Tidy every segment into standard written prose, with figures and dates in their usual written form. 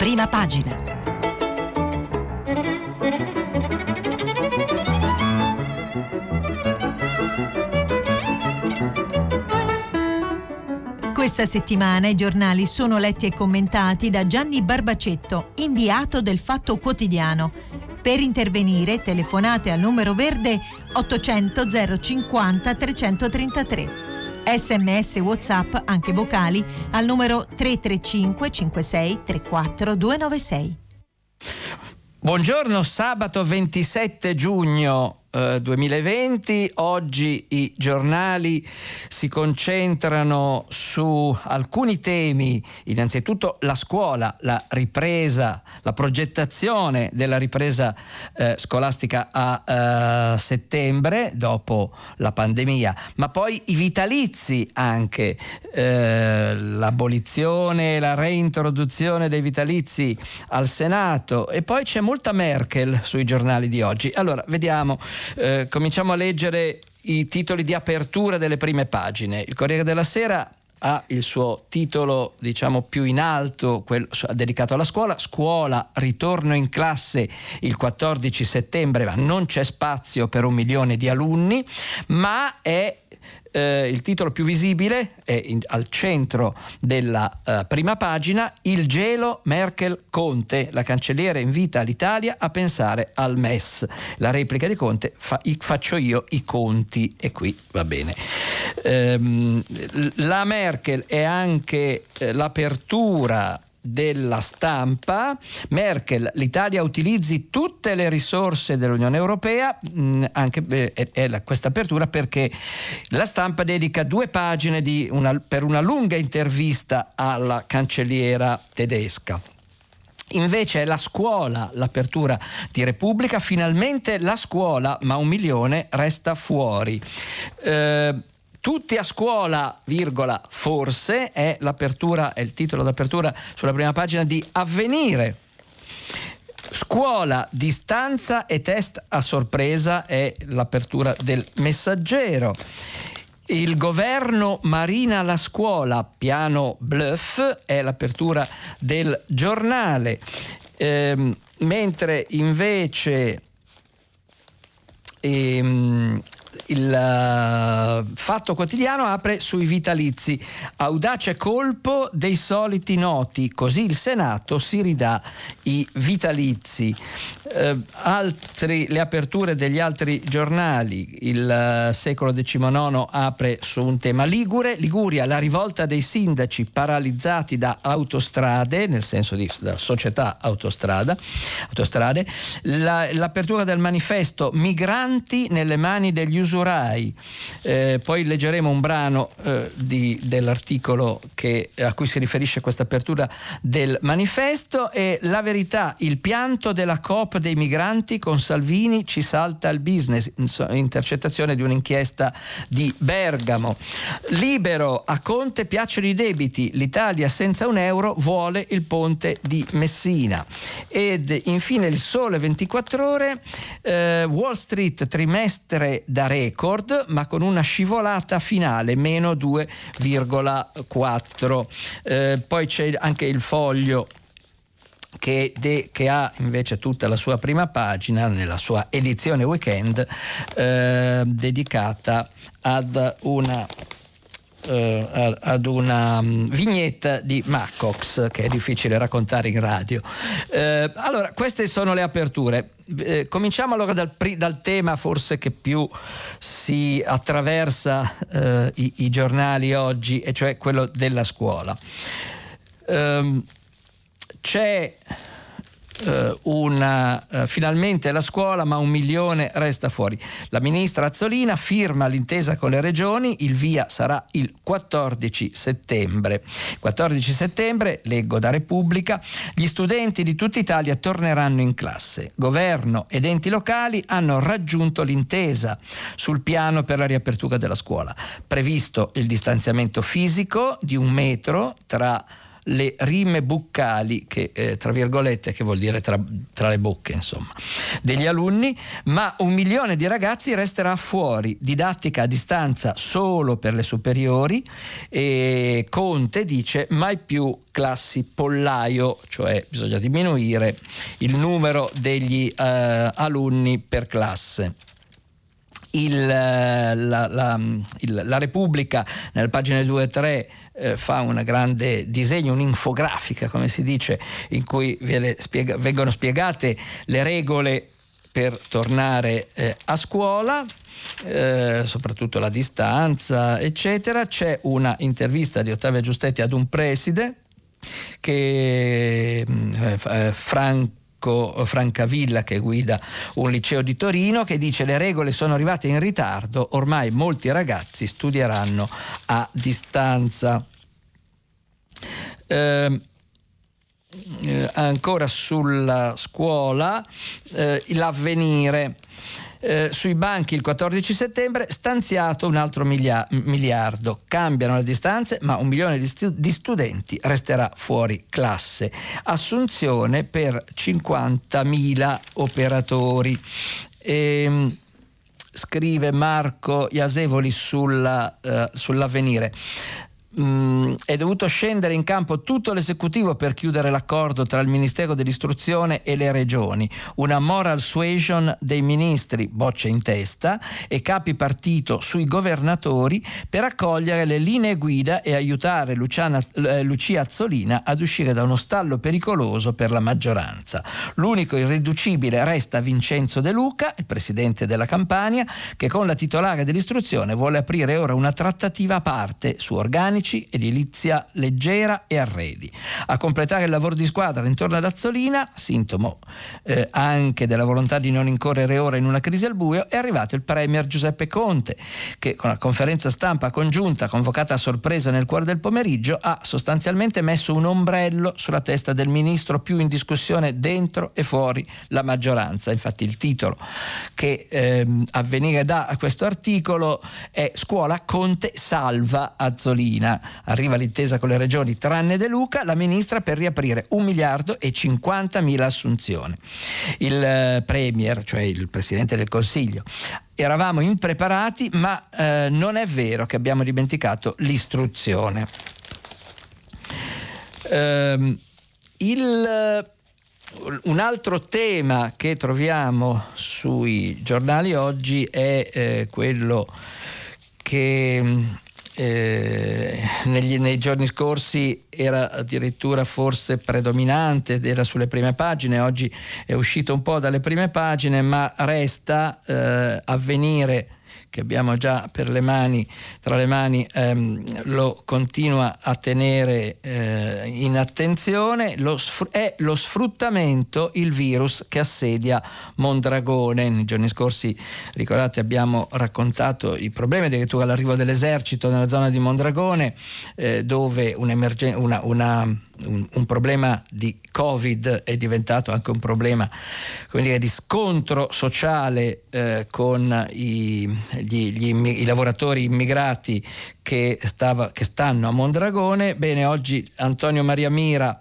Prima pagina. Questa settimana i giornali sono letti e commentati da Gianni Barbacetto, inviato del Fatto Quotidiano. Per intervenire telefonate al numero verde 800 050 333. SMS WhatsApp, anche vocali, al numero 335 56 34 296. Buongiorno, sabato 27 giugno 2020. Oggi i giornali si concentrano su alcuni temi. Innanzitutto la scuola, la ripresa, la progettazione della ripresa scolastica a settembre dopo la pandemia, ma poi i vitalizi anche, l'abolizione, la reintroduzione dei vitalizi al Senato, e poi c'è molta Merkel sui giornali di oggi. Allora vediamo. Cominciamo a leggere i titoli di apertura delle prime pagine. Il Corriere della Sera ha il suo titolo, diciamo, più in alto, quello dedicato alla scuola. Scuola, ritorno in classe il 14 settembre, ma non c'è spazio per 1 milione di alunni, ma è il titolo più visibile, è al centro della prima pagina: il gelo Merkel-Conte, la cancelliera invita l'Italia a pensare al MES. La replica di Conte: faccio io i conti, e qui va bene. La Merkel è anche l'apertura della Stampa. Merkel: l'Italia utilizzi tutte le risorse dell'Unione Europea. Anche questa apertura perché la Stampa dedica 2 pagine per una lunga intervista alla cancelliera tedesca. Invece è la scuola l'apertura di Repubblica: finalmente la scuola, ma 1 milione resta fuori. Tutti a scuola, forse, è il titolo d'apertura sulla prima pagina di Avvenire. Scuola, distanza e test a sorpresa è l'apertura del Messaggero. Il governo marina la scuola, piano bluff, è l'apertura del Giornale. Mentre invece il Fatto Quotidiano apre sui vitalizi: audace colpo dei soliti noti, così il Senato si ridà i vitalizi. Le aperture degli altri giornali: il Secolo XIX apre su un tema ligure. Liguria, la rivolta dei sindaci paralizzati da autostrade, nel senso da società autostrade. L'apertura del Manifesto: migranti nelle mani degli usurai. Poi leggeremo un brano dell'articolo a cui si riferisce questa apertura del Manifesto. E La Verità: il pianto della Coop dei migranti, con Salvini ci salta il business, intercettazione di un'inchiesta di Bergamo. Libero: a Conte piacciono i debiti, l'Italia senza €1 vuole il ponte di Messina. Ed infine il Sole 24 Ore: Wall Street trimestre da record, ma con una scivolata finale, meno 2,4. Poi c'è anche il Foglio che ha invece tutta la sua prima pagina nella sua edizione weekend dedicata ad una vignetta di Macox, che è difficile raccontare in radio. Allora, queste sono le aperture. Cominciamo allora dal tema forse che più si attraversa i giornali oggi, e cioè quello della scuola. C'è finalmente la scuola, ma 1 milione resta fuori. La ministra Azzolina firma l'intesa con le regioni, il via sarà il 14 settembre. 14 settembre, leggo da Repubblica: gli studenti di tutta Italia torneranno in classe. Governo ed enti locali hanno raggiunto l'intesa sul piano per la riapertura della scuola. Previsto il distanziamento fisico di 1 metro tra le rime buccali, che tra virgolette, che vuol dire tra le bocche, insomma, degli alunni, ma 1 milione di ragazzi resterà fuori. Didattica a distanza solo per le superiori, e Conte dice mai più classi pollaio, cioè bisogna diminuire il numero degli alunni per classe. La Repubblica nelle pagine 2 e 3 fa un grande disegno, un'infografica, come si dice, in cui vengono spiegate le regole per tornare a scuola, soprattutto la distanza, eccetera. C'è una intervista di Ottavio Giustetti ad un preside, che Francavilla, che guida un liceo di Torino, che dice: le regole sono arrivate in ritardo, ormai molti ragazzi studieranno a distanza. Ancora sulla scuola, l'Avvenire. Sui banchi il 14 settembre stanziato un altro miliardo, cambiano le distanze ma 1 milione di studenti resterà fuori classe, assunzione per 50.000 operatori. Scrive Marco Iasevoli sull'Avvenire. È dovuto scendere in campo tutto l'esecutivo per chiudere l'accordo tra il Ministero dell'Istruzione e le regioni, una moral suasion dei ministri, bocce in testa, e capi partito sui governatori per accogliere le linee guida e aiutare Lucia Azzolina ad uscire da uno stallo pericoloso per la maggioranza. L'unico irriducibile resta Vincenzo De Luca, il presidente della Campania, che con la titolare dell'istruzione vuole aprire ora una trattativa a parte su organici, edilizia leggera e arredi. A completare il lavoro di squadra intorno ad Azzolina, sintomo anche della volontà di non incorrere ora in una crisi al buio, è arrivato il premier Giuseppe Conte, che con la conferenza stampa congiunta convocata a sorpresa nel cuore del pomeriggio ha sostanzialmente messo un ombrello sulla testa del ministro più in discussione dentro e fuori la maggioranza. Infatti il titolo che Avvenire dà a questo articolo è: Scuola, Conte salva Azzolina. Arriva l'intesa con le regioni tranne De Luca, la ministra per riaprire 1 miliardo e 50.000 assunzioni. Il premier, cioè il presidente del Consiglio: eravamo impreparati, ma non è vero che abbiamo dimenticato l'istruzione. Un altro tema che troviamo sui giornali oggi è quello che nei giorni scorsi era addirittura forse predominante, era sulle prime pagine, oggi è uscito un po' dalle prime pagine, ma resta Avvenire, che abbiamo già tra le mani, lo continua a tenere in attenzione. È lo sfruttamento il virus che assedia Mondragone. Nei giorni scorsi, ricordate, abbiamo raccontato i problemi addirittura all'arrivo dell'esercito nella zona di Mondragone, dove un problema di Covid è diventato anche un problema, come dire, di scontro sociale con i lavoratori immigrati che stanno a Mondragone. Bene, oggi Antonio Maria Mira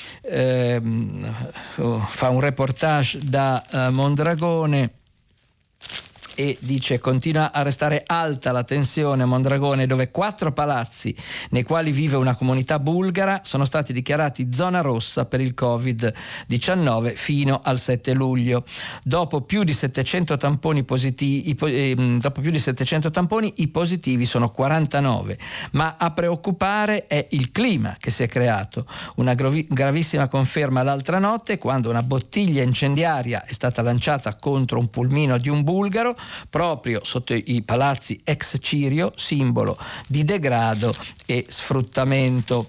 fa un reportage da Mondragone e dice: continua a restare alta la tensione a Mondragone, dove 4 palazzi nei quali vive una comunità bulgara sono stati dichiarati zona rossa per il Covid-19 fino al 7 luglio. Dopo più di 700 tamponi positivi, i positivi sono 49, ma a preoccupare è il clima che si è creato. Una gravissima conferma l'altra notte, quando una bottiglia incendiaria è stata lanciata contro un pulmino di un bulgaro proprio sotto i palazzi ex Cirio, simbolo di degrado e sfruttamento.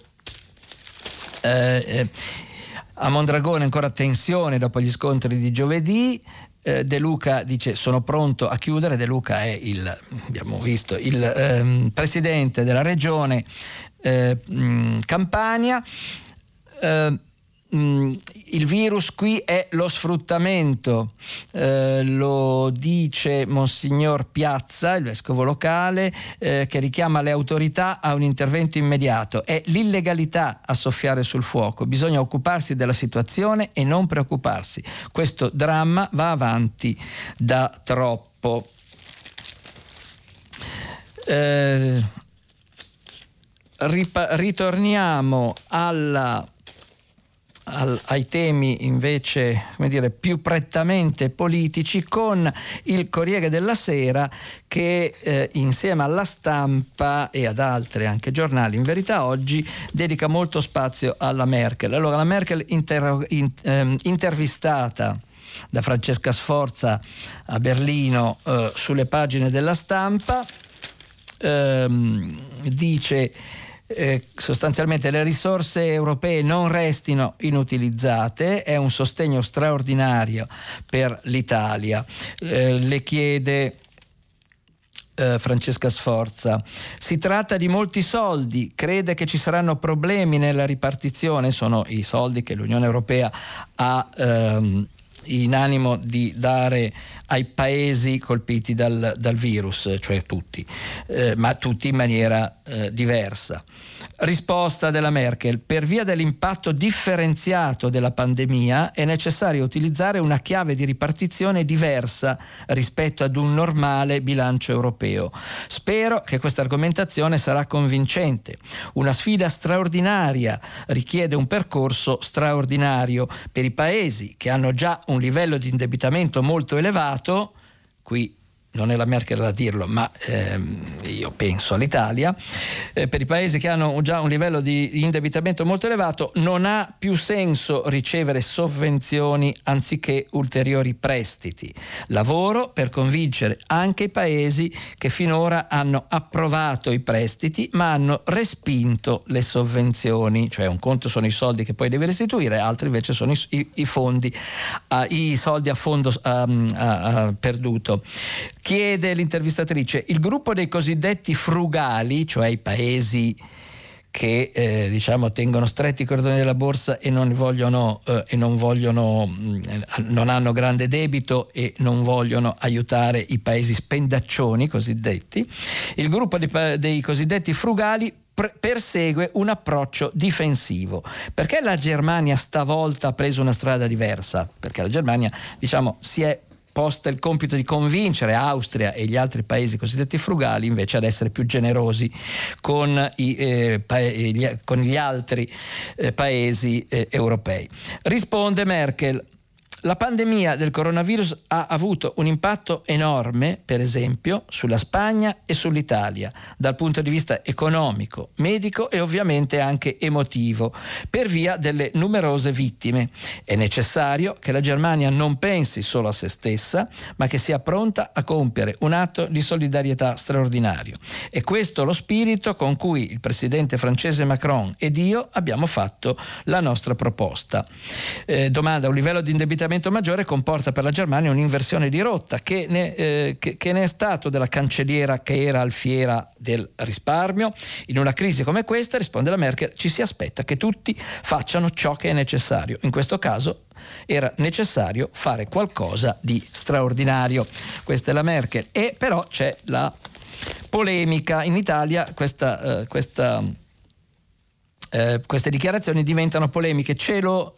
A Mondragone ancora tensione dopo gli scontri di giovedì. De Luca dice: sono pronto a chiudere. De Luca è abbiamo visto, il presidente della regione Campania. il virus qui è lo sfruttamento, lo dice Monsignor Piazza, il vescovo locale, che richiama le autorità a un intervento immediato. È l'illegalità a soffiare sul fuoco, bisogna occuparsi della situazione e non preoccuparsi. Questo dramma va avanti da troppo. Ritorniamo ai temi invece, come dire, più prettamente politici, con il Corriere della Sera che insieme alla Stampa e ad altri anche giornali, in verità oggi, dedica molto spazio alla Merkel. Allora, la Merkel intervistata da Francesca Sforza a Berlino sulle pagine della Stampa, dice sostanzialmente le risorse europee non restino inutilizzate, è un sostegno straordinario per l'Italia. Le chiede Francesca Sforza, si tratta di molti soldi, crede che ci saranno problemi nella ripartizione? Sono i soldi che l'Unione Europea ha in animo di dare ai paesi colpiti dal virus, cioè tutti, ma tutti in maniera diversa. Risposta della Merkel: per via dell'impatto differenziato della pandemia è necessario utilizzare una chiave di ripartizione diversa rispetto ad un normale bilancio europeo. Spero che questa argomentazione sarà convincente. Una sfida straordinaria richiede un percorso straordinario per i paesi che hanno già un livello di indebitamento molto elevato. Qui non è la Merkel a dirlo, ma io penso all'Italia. Per i paesi che hanno già un livello di indebitamento molto elevato non ha più senso ricevere sovvenzioni anziché ulteriori prestiti. Lavoro per convincere anche i paesi che finora hanno approvato i prestiti ma hanno respinto le sovvenzioni, cioè un conto sono i soldi che poi devi restituire, altri invece sono i fondi, i soldi a fondo perduto. Chiede l'intervistatrice: il gruppo dei cosiddetti frugali, cioè i paesi che diciamo tengono stretti i cordoni della borsa e non hanno grande debito e non vogliono aiutare i paesi spendaccioni cosiddetti, il gruppo dei cosiddetti frugali persegue un approccio difensivo. Perché la Germania stavolta ha preso una strada diversa? Perché la Germania, diciamo, si è posta il compito di convincere Austria e gli altri paesi cosiddetti frugali invece ad essere più generosi con gli altri paesi europei. Risponde Merkel: la pandemia del coronavirus ha avuto un impatto enorme, per esempio, sulla Spagna e sull'Italia, dal punto di vista economico, medico e ovviamente anche emotivo, per via delle numerose vittime. È necessario che la Germania non pensi solo a se stessa, ma che sia pronta a compiere un atto di solidarietà straordinario. È questo lo spirito con cui il presidente francese Macron ed io abbiamo fatto la nostra proposta. Domanda: un livello di indebitamento maggiore comporta per la Germania un'inversione di rotta. Che ne è stato della cancelliera che era alfiera del risparmio? In una crisi come questa, risponde la Merkel, ci si aspetta che tutti facciano ciò che è necessario. In questo caso era necessario fare qualcosa di straordinario. Questa è la Merkel. E però c'è la polemica. In Italia queste dichiarazioni diventano polemiche, ce lo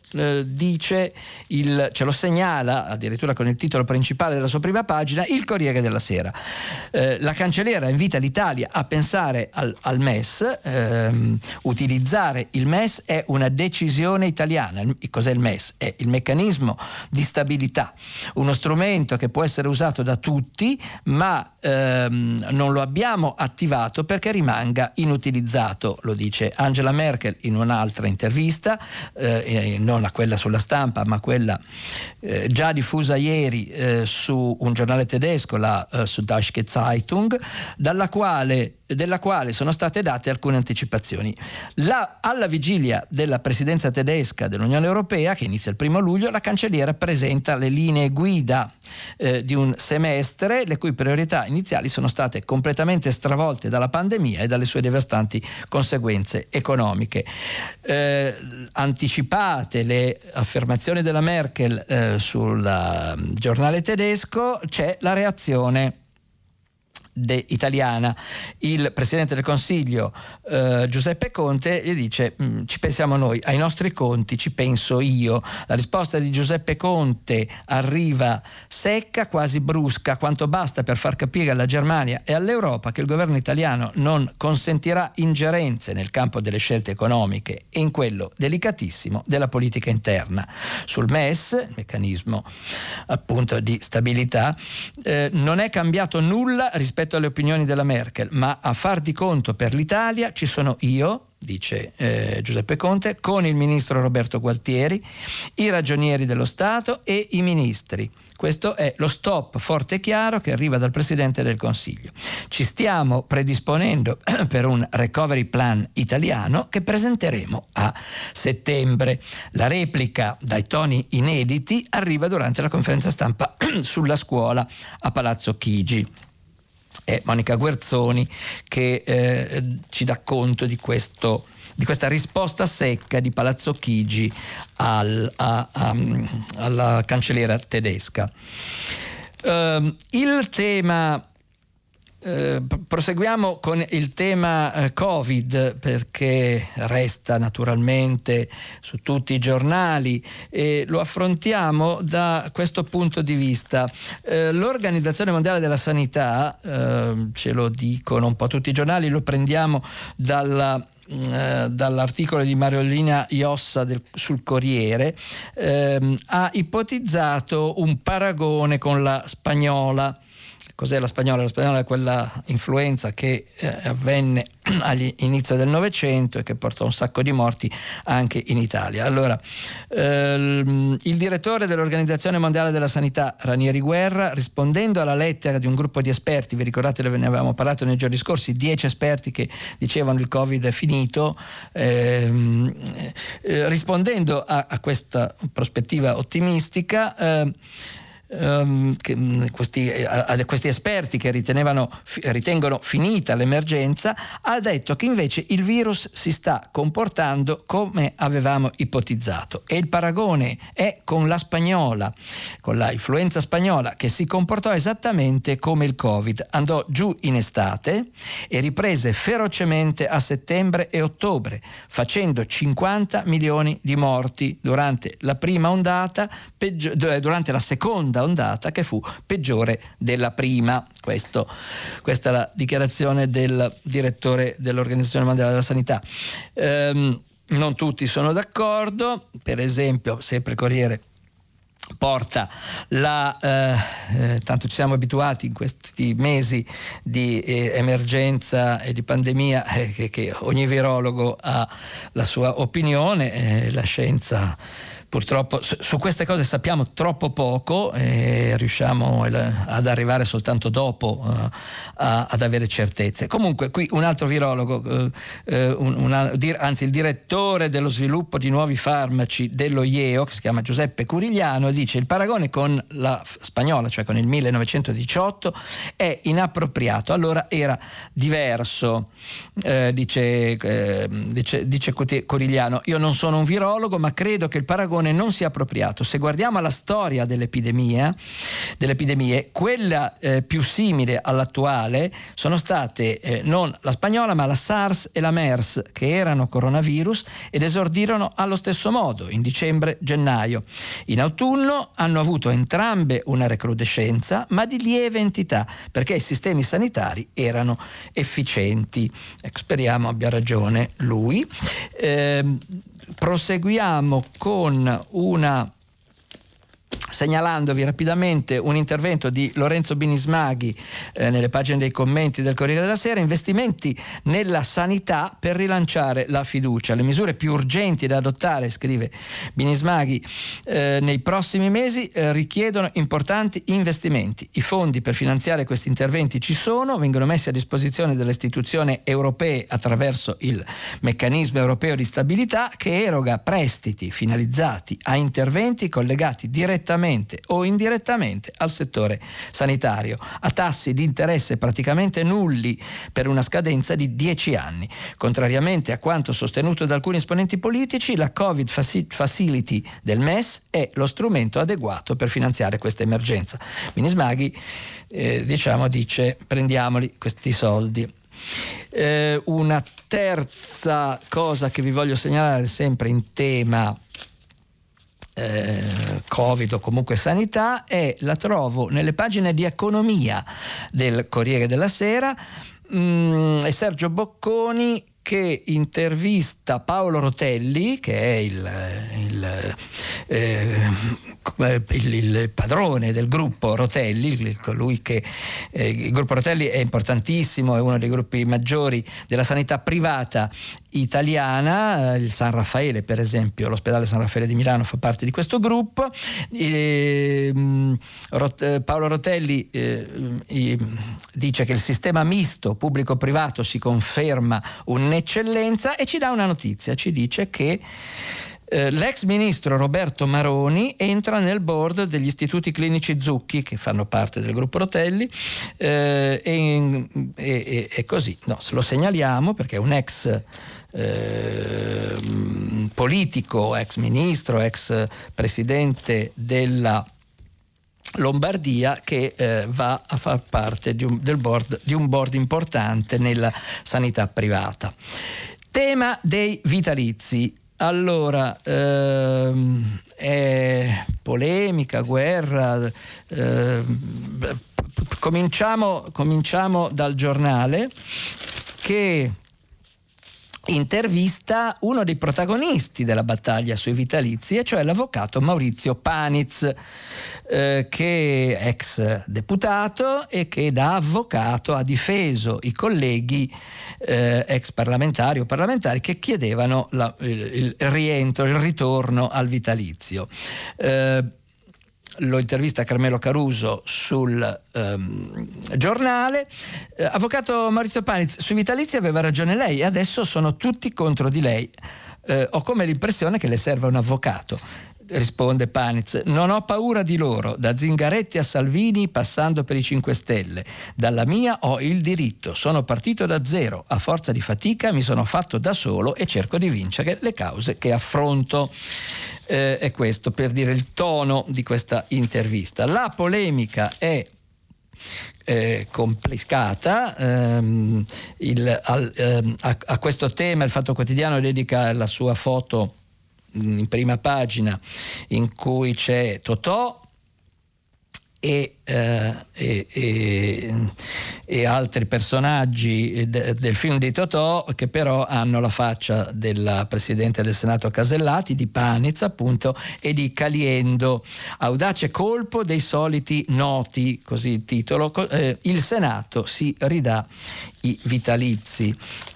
segnala addirittura con il titolo principale della sua prima pagina il Corriere della Sera. La cancelliera invita l'Italia a pensare al MES. Utilizzare il MES è una decisione italiana. Cos'è il MES? È il meccanismo di stabilità, uno strumento che può essere usato da tutti, ma non lo abbiamo attivato perché rimanga inutilizzato, lo dice Angela Merkel in un'altra intervista, non a quella sulla Stampa, ma quella già diffusa ieri su un giornale tedesco, la Süddeutsche Zeitung, dalla quale della quale sono state date alcune anticipazioni. Alla vigilia della presidenza tedesca dell'Unione Europea, che inizia il 1 luglio, la cancelliera presenta le linee guida di un semestre, le cui priorità iniziali sono state completamente stravolte dalla pandemia e dalle sue devastanti conseguenze economiche. Anticipate le affermazioni della Merkel sul giornale tedesco, c'è la reazione italiana. Il Presidente del Consiglio Giuseppe Conte gli dice: ci pensiamo noi, ai nostri conti ci penso io. La risposta di Giuseppe Conte arriva secca, quasi brusca, quanto basta per far capire alla Germania e all'Europa che il governo italiano non consentirà ingerenze nel campo delle scelte economiche e in quello delicatissimo della politica interna. Sul MES, il meccanismo appunto di stabilità, non è cambiato nulla rispetto alle opinioni della Merkel, ma a far di conto per l'Italia ci sono io, dice Giuseppe Conte, con il ministro Roberto Gualtieri, i ragionieri dello Stato e i ministri. Questo è lo stop forte e chiaro che arriva dal Presidente del Consiglio. Ci stiamo predisponendo per un recovery plan italiano che presenteremo a settembre. La replica dai toni inediti arriva durante la conferenza stampa sulla scuola a Palazzo Chigi. È Monica Guerzoni che ci dà conto di questa risposta secca di Palazzo Chigi alla cancelliera tedesca. Il tema proseguiamo con il tema Covid, perché resta naturalmente su tutti i giornali e lo affrontiamo da questo punto di vista. L'Organizzazione Mondiale della Sanità, ce lo dicono un po' tutti i giornali, lo prendiamo dall'articolo di Mariolina Iossa sul Corriere, ha ipotizzato un paragone con la spagnola. Cos'è la spagnola? La spagnola è quella influenza che avvenne all'inizio del Novecento e che portò un sacco di morti anche in Italia. Allora, il direttore dell'Organizzazione Mondiale della Sanità, Ranieri Guerra, rispondendo alla lettera di un gruppo di esperti, vi ricordate, ne avevamo parlato nei giorni scorsi, 10 esperti che dicevano il Covid è finito, rispondendo a questa prospettiva ottimistica, questi esperti che ritengono finita l'emergenza, ha detto che invece il virus si sta comportando come avevamo ipotizzato, e il paragone è con la spagnola, con la influenza spagnola, che si comportò esattamente come il Covid, andò giù in estate e riprese ferocemente a settembre e ottobre, facendo 50 milioni di morti durante la prima ondata, durante la seconda ondata, che fu peggiore della prima. Questa è la dichiarazione del direttore dell'Organizzazione Mondiale della Sanità. Non tutti sono d'accordo, per esempio sempre il Corriere porta tanto ci siamo abituati in questi mesi di emergenza e di pandemia, che ogni virologo ha la sua opinione, la scienza purtroppo su queste cose sappiamo troppo poco e riusciamo ad arrivare soltanto dopo ad avere certezze. Comunque qui un altro virologo, anzi il direttore dello sviluppo di nuovi farmaci dello IEO, che si chiama Giuseppe Curigliano, dice: il paragone con la spagnola, cioè con il 1918, è inappropriato. Allora era diverso, dice Curigliano. Io non sono un virologo, ma credo che il paragone non sia appropriato. Se guardiamo alla storia delle epidemie, quella più simile all'attuale sono state non la spagnola ma la SARS e la MERS, che erano coronavirus ed esordirono allo stesso modo in dicembre-gennaio. In autunno hanno avuto entrambe una recrudescenza, ma di lieve entità, perché i sistemi sanitari erano efficienti. Speriamo abbia ragione lui. Proseguiamo con una segnalandovi rapidamente un intervento di Lorenzo Binismaghi nelle pagine dei commenti del Corriere della Sera: investimenti nella sanità per rilanciare la fiducia. Le misure più urgenti da adottare, scrive Binismaghi, nei prossimi mesi richiedono importanti investimenti. I fondi per finanziare questi interventi ci sono, vengono messi a disposizione delle istituzioni europee attraverso il meccanismo europeo di stabilità, che eroga prestiti finalizzati a interventi collegati direttamente o indirettamente al settore sanitario, a tassi di interesse praticamente nulli per una scadenza di 10 anni. Contrariamente a quanto sostenuto da alcuni esponenti politici, la Covid Facility del MES è lo strumento adeguato per finanziare questa emergenza. Binismaghi dice: prendiamoli questi soldi. Una terza cosa che vi voglio segnalare, sempre in tema Covid o comunque sanità, la trovo nelle pagine di economia del Corriere della Sera. È Sergio Bocconi che intervista Paolo Rotelli, che è il padrone del gruppo Rotelli, colui che il gruppo Rotelli è importantissimo, è uno dei gruppi maggiori della sanità privata italiana. Il San Raffaele, per esempio, l'ospedale San Raffaele di Milano fa parte di questo gruppo. Paolo Rotelli dice che il sistema misto pubblico-privato si conferma un'eccellenza e ci dà una notizia, ci dice che l'ex ministro Roberto Maroni entra nel board degli istituti clinici Zucchi, che fanno parte del gruppo Rotelli, e così lo segnaliamo perché è un ex politico, ex ministro, ex presidente della Lombardia, che va a far parte di un board importante nella sanità privata. Tema dei vitalizi. Allora, è polemica, guerra. Cominciamo dal Giornale, che intervista uno dei protagonisti della battaglia sui vitalizi, e cioè l'avvocato Maurizio Paniz, che è ex deputato e che da avvocato ha difeso i colleghi ex parlamentari o parlamentari che chiedevano il ritorno al vitalizio. Lo intervista Carmelo Caruso sul Giornale. Avvocato Maurizio Paniz, sui vitalizi aveva ragione lei e adesso sono tutti contro di lei. Ho come l'impressione che le serva un avvocato. Risponde Paniz: non ho paura di loro, da Zingaretti a Salvini passando per i 5 Stelle. Dalla mia ho il diritto, sono partito da zero, a forza di fatica mi sono fatto da solo e cerco di vincere le cause che affronto. È questo per dire il tono di questa intervista. La polemica è complicata. A questo tema il Fatto Quotidiano dedica la sua foto in prima pagina, in cui c'è Totò e altri personaggi del film di Totò, che però hanno la faccia della Presidente del Senato Casellati, di Paniz appunto, e di Caliendo. Audace colpo dei soliti noti, così il titolo. Il Senato si ridà i vitalizi.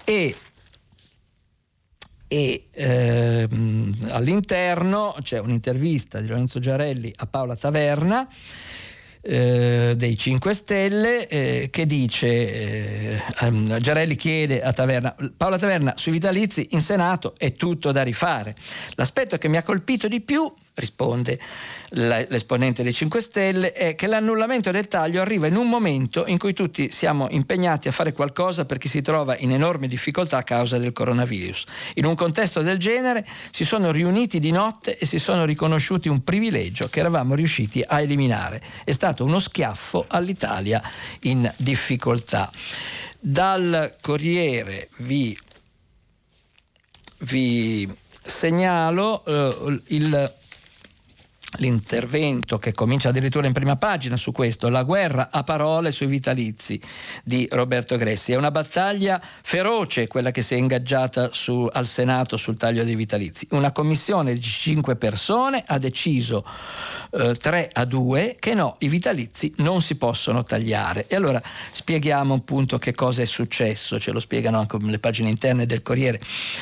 All'interno c'è un'intervista di Lorenzo Giarelli a Paola Taverna, dei 5 Stelle, che dice, Giarelli chiede a Taverna: Paola Taverna, sui vitalizi in Senato è tutto da rifare. L'aspetto che mi ha colpito di più, risponde l'esponente dei 5 Stelle, è che l'annullamento del taglio arriva in un momento in cui tutti siamo impegnati a fare qualcosa per chi si trova in enorme difficoltà a causa del coronavirus. In un contesto del genere si sono riuniti di notte e si sono riconosciuti un privilegio che eravamo riusciti a eliminare. È stato uno schiaffo all'Italia in difficoltà. Dal Corriere vi segnalo l'intervento che comincia addirittura in prima pagina su questo, la guerra a parole sui vitalizi di Roberto Gressi. È una battaglia feroce quella che si è ingaggiata al Senato sul taglio dei vitalizi. Una commissione di 5 persone ha deciso 3-2 che no, i vitalizi non si possono tagliare. E allora spieghiamo appunto che cosa è successo, ce lo spiegano anche le pagine interne del Corriere.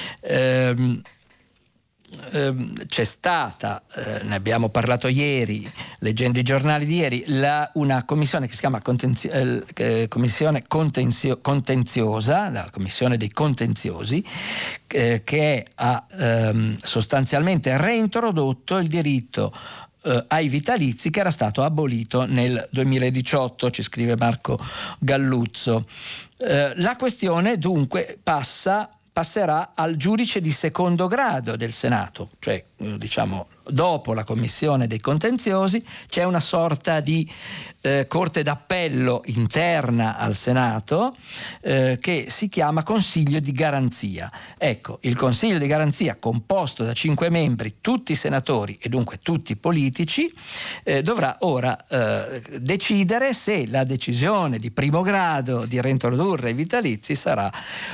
C'è stata, ne abbiamo parlato ieri, leggendo i giornali di ieri, una commissione che si chiama Commissione Contenziosa, la Commissione dei Contenziosi, che ha sostanzialmente reintrodotto il diritto ai vitalizi che era stato abolito nel 2018, ci scrive Marco Galluzzo. La questione dunque passerà al giudice di secondo grado del Senato, cioè diciamo dopo la commissione dei contenziosi c'è una sorta di corte d'appello interna al Senato che si chiama Consiglio di Garanzia. Ecco, il Consiglio di Garanzia, composto da 5 membri, tutti senatori e dunque tutti politici, dovrà ora decidere se la decisione di primo grado di reintrodurre i vitalizi sarà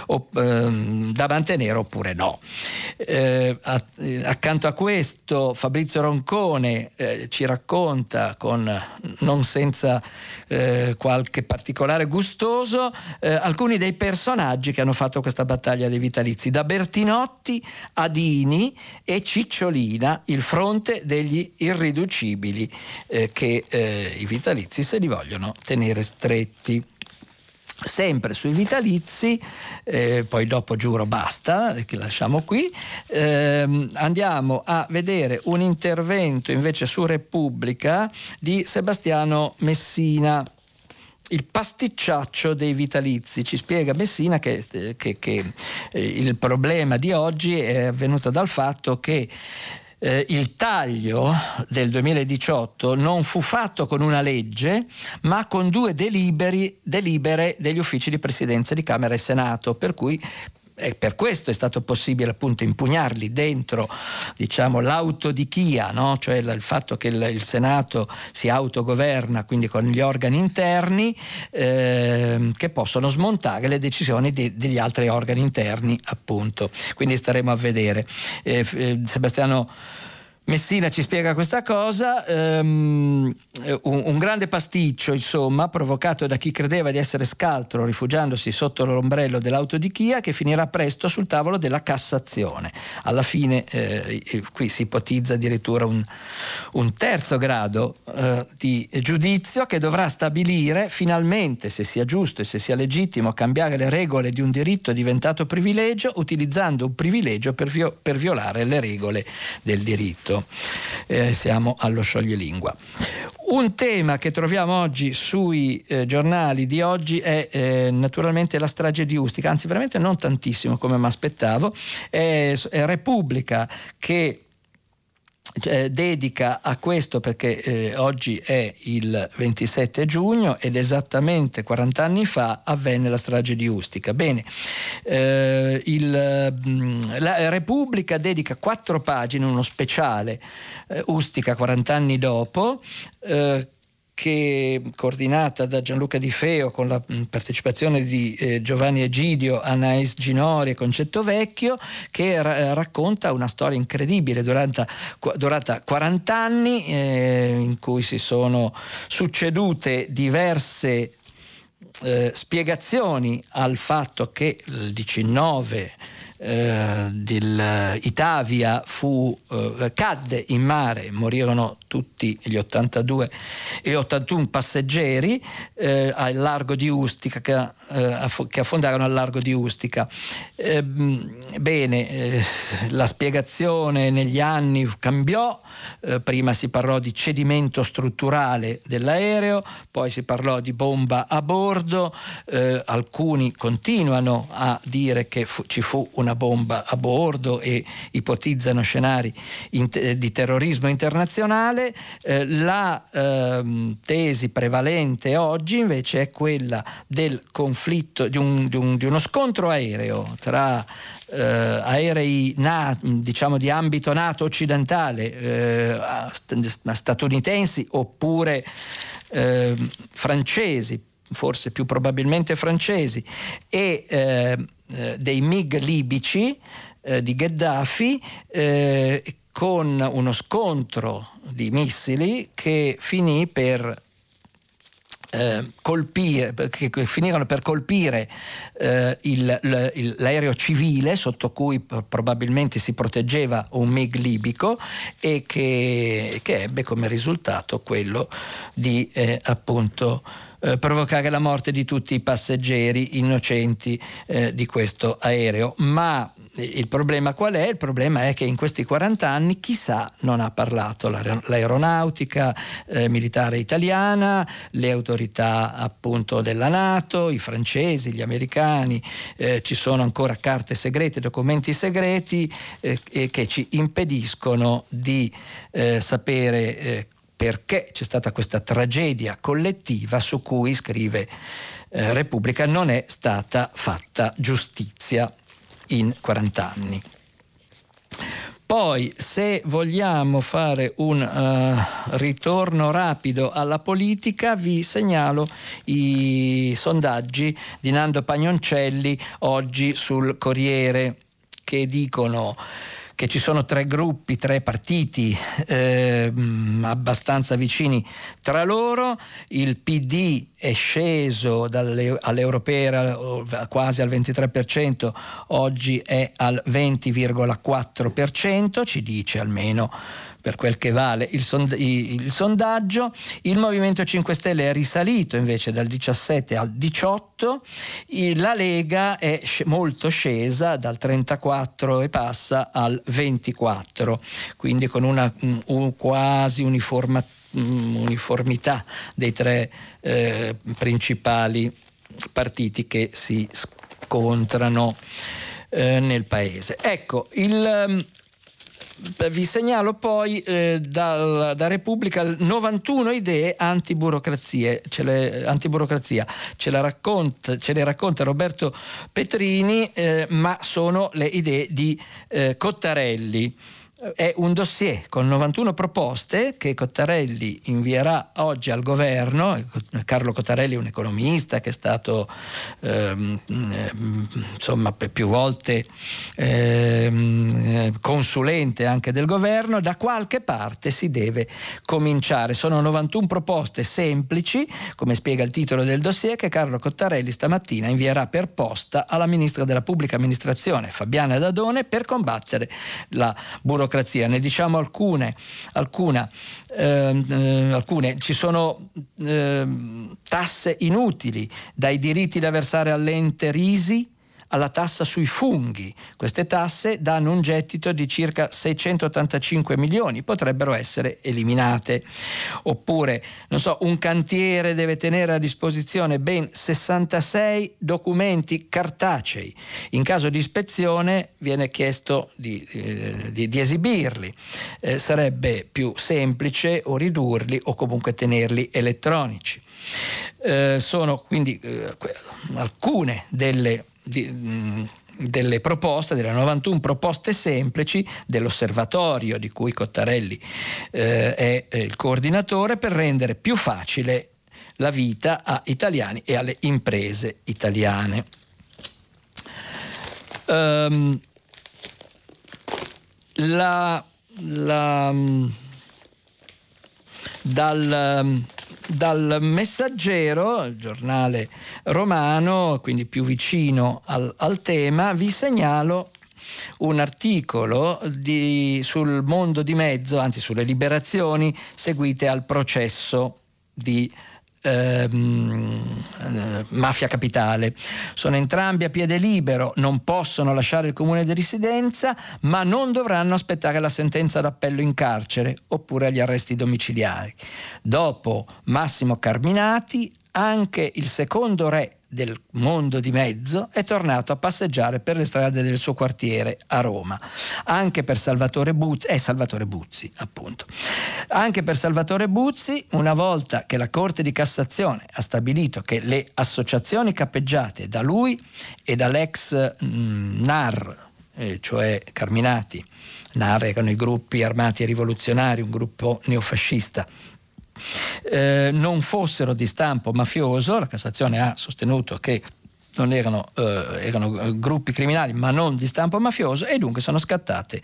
da mantenere oppure no. Accanto a questo Fabrizio Roncone ci racconta, non senza qualche particolare gustoso, alcuni dei personaggi che hanno fatto questa battaglia dei vitalizi, da Bertinotti a Dini e Cicciolina, il fronte degli irriducibili, che i vitalizi se li vogliono tenere stretti. Sempre sui vitalizi, poi dopo giuro basta, che lasciamo qui, andiamo a vedere un intervento invece su Repubblica di Sebastiano Messina, il pasticciaccio dei vitalizi. Ci spiega Messina che il problema di oggi è avvenuto dal fatto che il taglio del 2018 non fu fatto con una legge, ma con 2 delibere degli uffici di presidenza di Camera e Senato, per cui per questo è stato possibile appunto impugnarli dentro, diciamo, l'autodichia, no? Cioè il fatto che il Senato si autogoverna, quindi con gli organi interni che possono smontare le decisioni degli altri organi interni, appunto. Quindi staremo a vedere. Sebastiano Messina ci spiega questa cosa, un grande pasticcio insomma provocato da chi credeva di essere scaltro rifugiandosi sotto l'ombrello dell'autodichia, che finirà presto sul tavolo della Cassazione. Alla fine qui si ipotizza addirittura un terzo grado di giudizio che dovrà stabilire finalmente se sia giusto e se sia legittimo cambiare le regole di un diritto diventato privilegio utilizzando un privilegio per violare le regole del diritto. Siamo allo scioglilingua. Un tema che troviamo oggi sui giornali di oggi è naturalmente la strage di Ustica, anzi veramente non tantissimo come mi aspettavo. È Repubblica che dedica a questo, perché oggi è il 27 giugno ed esattamente 40 anni fa avvenne la strage di Ustica. Bene, la Repubblica dedica 4 pagine, uno speciale Ustica 40 anni dopo, che coordinata da Gianluca Di Feo con la partecipazione di Giovanni Egidio, Anais Ginori e Concetto Vecchio, che racconta una storia incredibile durata 40 anni in cui si sono succedute diverse spiegazioni al fatto che il 19 dell'Itavia cadde in mare, morirono tutti gli 82 e 81 passeggeri al largo di Ustica, che affondarono al largo di Ustica. La spiegazione negli anni cambiò, prima si parlò di cedimento strutturale dell'aereo, poi si parlò di bomba a bordo, alcuni continuano a dire che ci fu una una bomba a bordo e ipotizzano scenari di terrorismo internazionale. La tesi prevalente oggi invece è quella del conflitto, di uno scontro aereo tra aerei diciamo di ambito NATO occidentale, statunitensi oppure francesi, forse più probabilmente francesi, e dei MiG libici di Gheddafi, con uno scontro di missili che finì per finirono per colpire l'aereo civile sotto cui probabilmente si proteggeva un MiG libico, e che ebbe come risultato quello di appunto provocare la morte di tutti i passeggeri innocenti di questo aereo. Ma il problema qual è? Il problema è che in questi 40 anni chissà non ha parlato l'aeronautica militare italiana, le autorità appunto della NATO, i francesi, gli americani. Ci sono ancora carte segrete, documenti segreti che ci impediscono di sapere perché c'è stata questa tragedia collettiva su cui, scrive Repubblica, non è stata fatta giustizia in 40 anni. Poi, se vogliamo fare un ritorno rapido alla politica, vi segnalo i sondaggi di Nando Pagnoncelli oggi sul Corriere, che dicono che ci sono 3 gruppi, 3 partiti abbastanza vicini tra loro. Il PD è sceso alle europee quasi al 23%, oggi è al 20,4%, ci dice almeno per quel che vale il sondaggio. Il Movimento 5 Stelle è risalito invece dal 17 al 18, la Lega è molto scesa dal 34 e passa al 24, quindi con una quasi uniformità dei 3 principali partiti che si scontrano nel paese. Ecco, vi segnalo poi da Repubblica 91 idee antiburocrazia. Ce le racconta Roberto Petrini, ma sono le idee di Cottarelli. È un dossier con 91 proposte che Cottarelli invierà oggi al governo. Carlo Cottarelli è un economista che è stato insomma più volte consulente anche del governo. Da qualche parte si deve cominciare. Sono 91 proposte semplici, come spiega il titolo del dossier, che Carlo Cottarelli stamattina invierà per posta alla ministra della pubblica amministrazione Fabiana Dadone per combattere la burocrazia. Ne diciamo alcune. Ci sono tasse inutili, dai diritti da versare all'ente Risi alla tassa sui funghi. Queste tasse danno un gettito di circa 685 milioni, potrebbero essere eliminate. Oppure, un cantiere deve tenere a disposizione ben 66 documenti cartacei. In caso di ispezione viene chiesto di esibirli. Sarebbe più semplice o ridurli o comunque tenerli elettronici. Sono quindi alcune delle proposte, delle 91 proposte semplici dell'osservatorio di cui Cottarelli è il coordinatore, per rendere più facile la vita a italiani e alle imprese italiane. Dal Messaggero, il giornale romano, quindi più vicino al tema, vi segnalo un articolo sul mondo di mezzo, anzi sulle liberazioni seguite al processo di Mafia Capitale. Sono entrambi a piede libero, non possono lasciare il comune di residenza, ma non dovranno aspettare la sentenza d'appello in carcere oppure agli arresti domiciliari. Dopo Massimo Carminati, anche il secondo re del mondo di mezzo è tornato a passeggiare per le strade del suo quartiere a Roma. Anche per Salvatore Buzzi, appunto. Anche per Salvatore Buzzi, una volta che la Corte di Cassazione ha stabilito che le associazioni capeggiate da lui e dall'ex NAR, cioè Carminati, NAR erano i gruppi armati e rivoluzionari, un gruppo neofascista, non fossero di stampo mafioso, la Cassazione ha sostenuto che non erano gruppi criminali ma non di stampo mafioso, e dunque sono scattate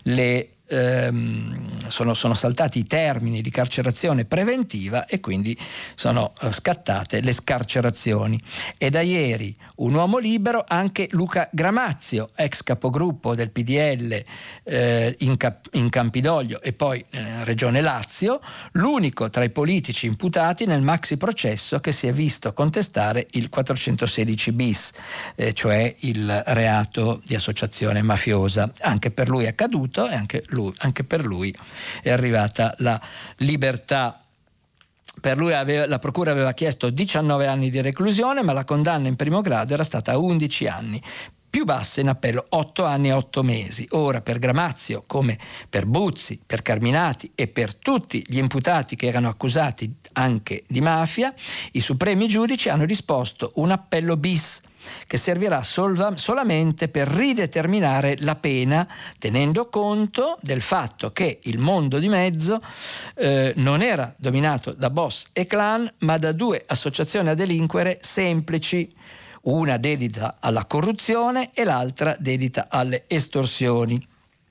sono saltati i termini di carcerazione preventiva e quindi sono scattate le scarcerazioni. E da ieri un uomo libero anche Luca Gramazio, ex capogruppo del PDL in Campidoglio e poi Regione Lazio, l'unico tra i politici imputati nel maxi processo che si è visto contestare il 416 bis, cioè il reato di associazione mafiosa. Anche per lui è accaduto e anche per lui è arrivata la libertà. Per lui la procura aveva chiesto 19 anni di reclusione, ma la condanna in primo grado era stata 11 anni, più bassa in appello 8 anni e 8 mesi. Ora per Gramazio, come per Buzzi, per Carminati e per tutti gli imputati che erano accusati anche di mafia, i supremi giudici hanno disposto un appello bis che servirà solamente per rideterminare la pena, tenendo conto del fatto che il mondo di mezzo non era dominato da boss e clan, ma da due associazioni a delinquere semplici, una dedita alla corruzione e l'altra dedita alle estorsioni.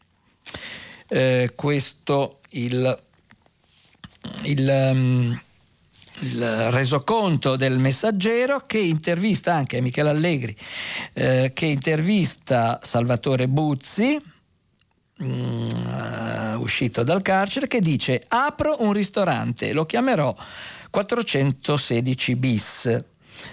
Questo il resoconto del Messaggero, che intervista anche Michele Allegri, che intervista Salvatore Buzzi, uscito dal carcere, che dice: apro un ristorante, lo chiamerò 416 bis.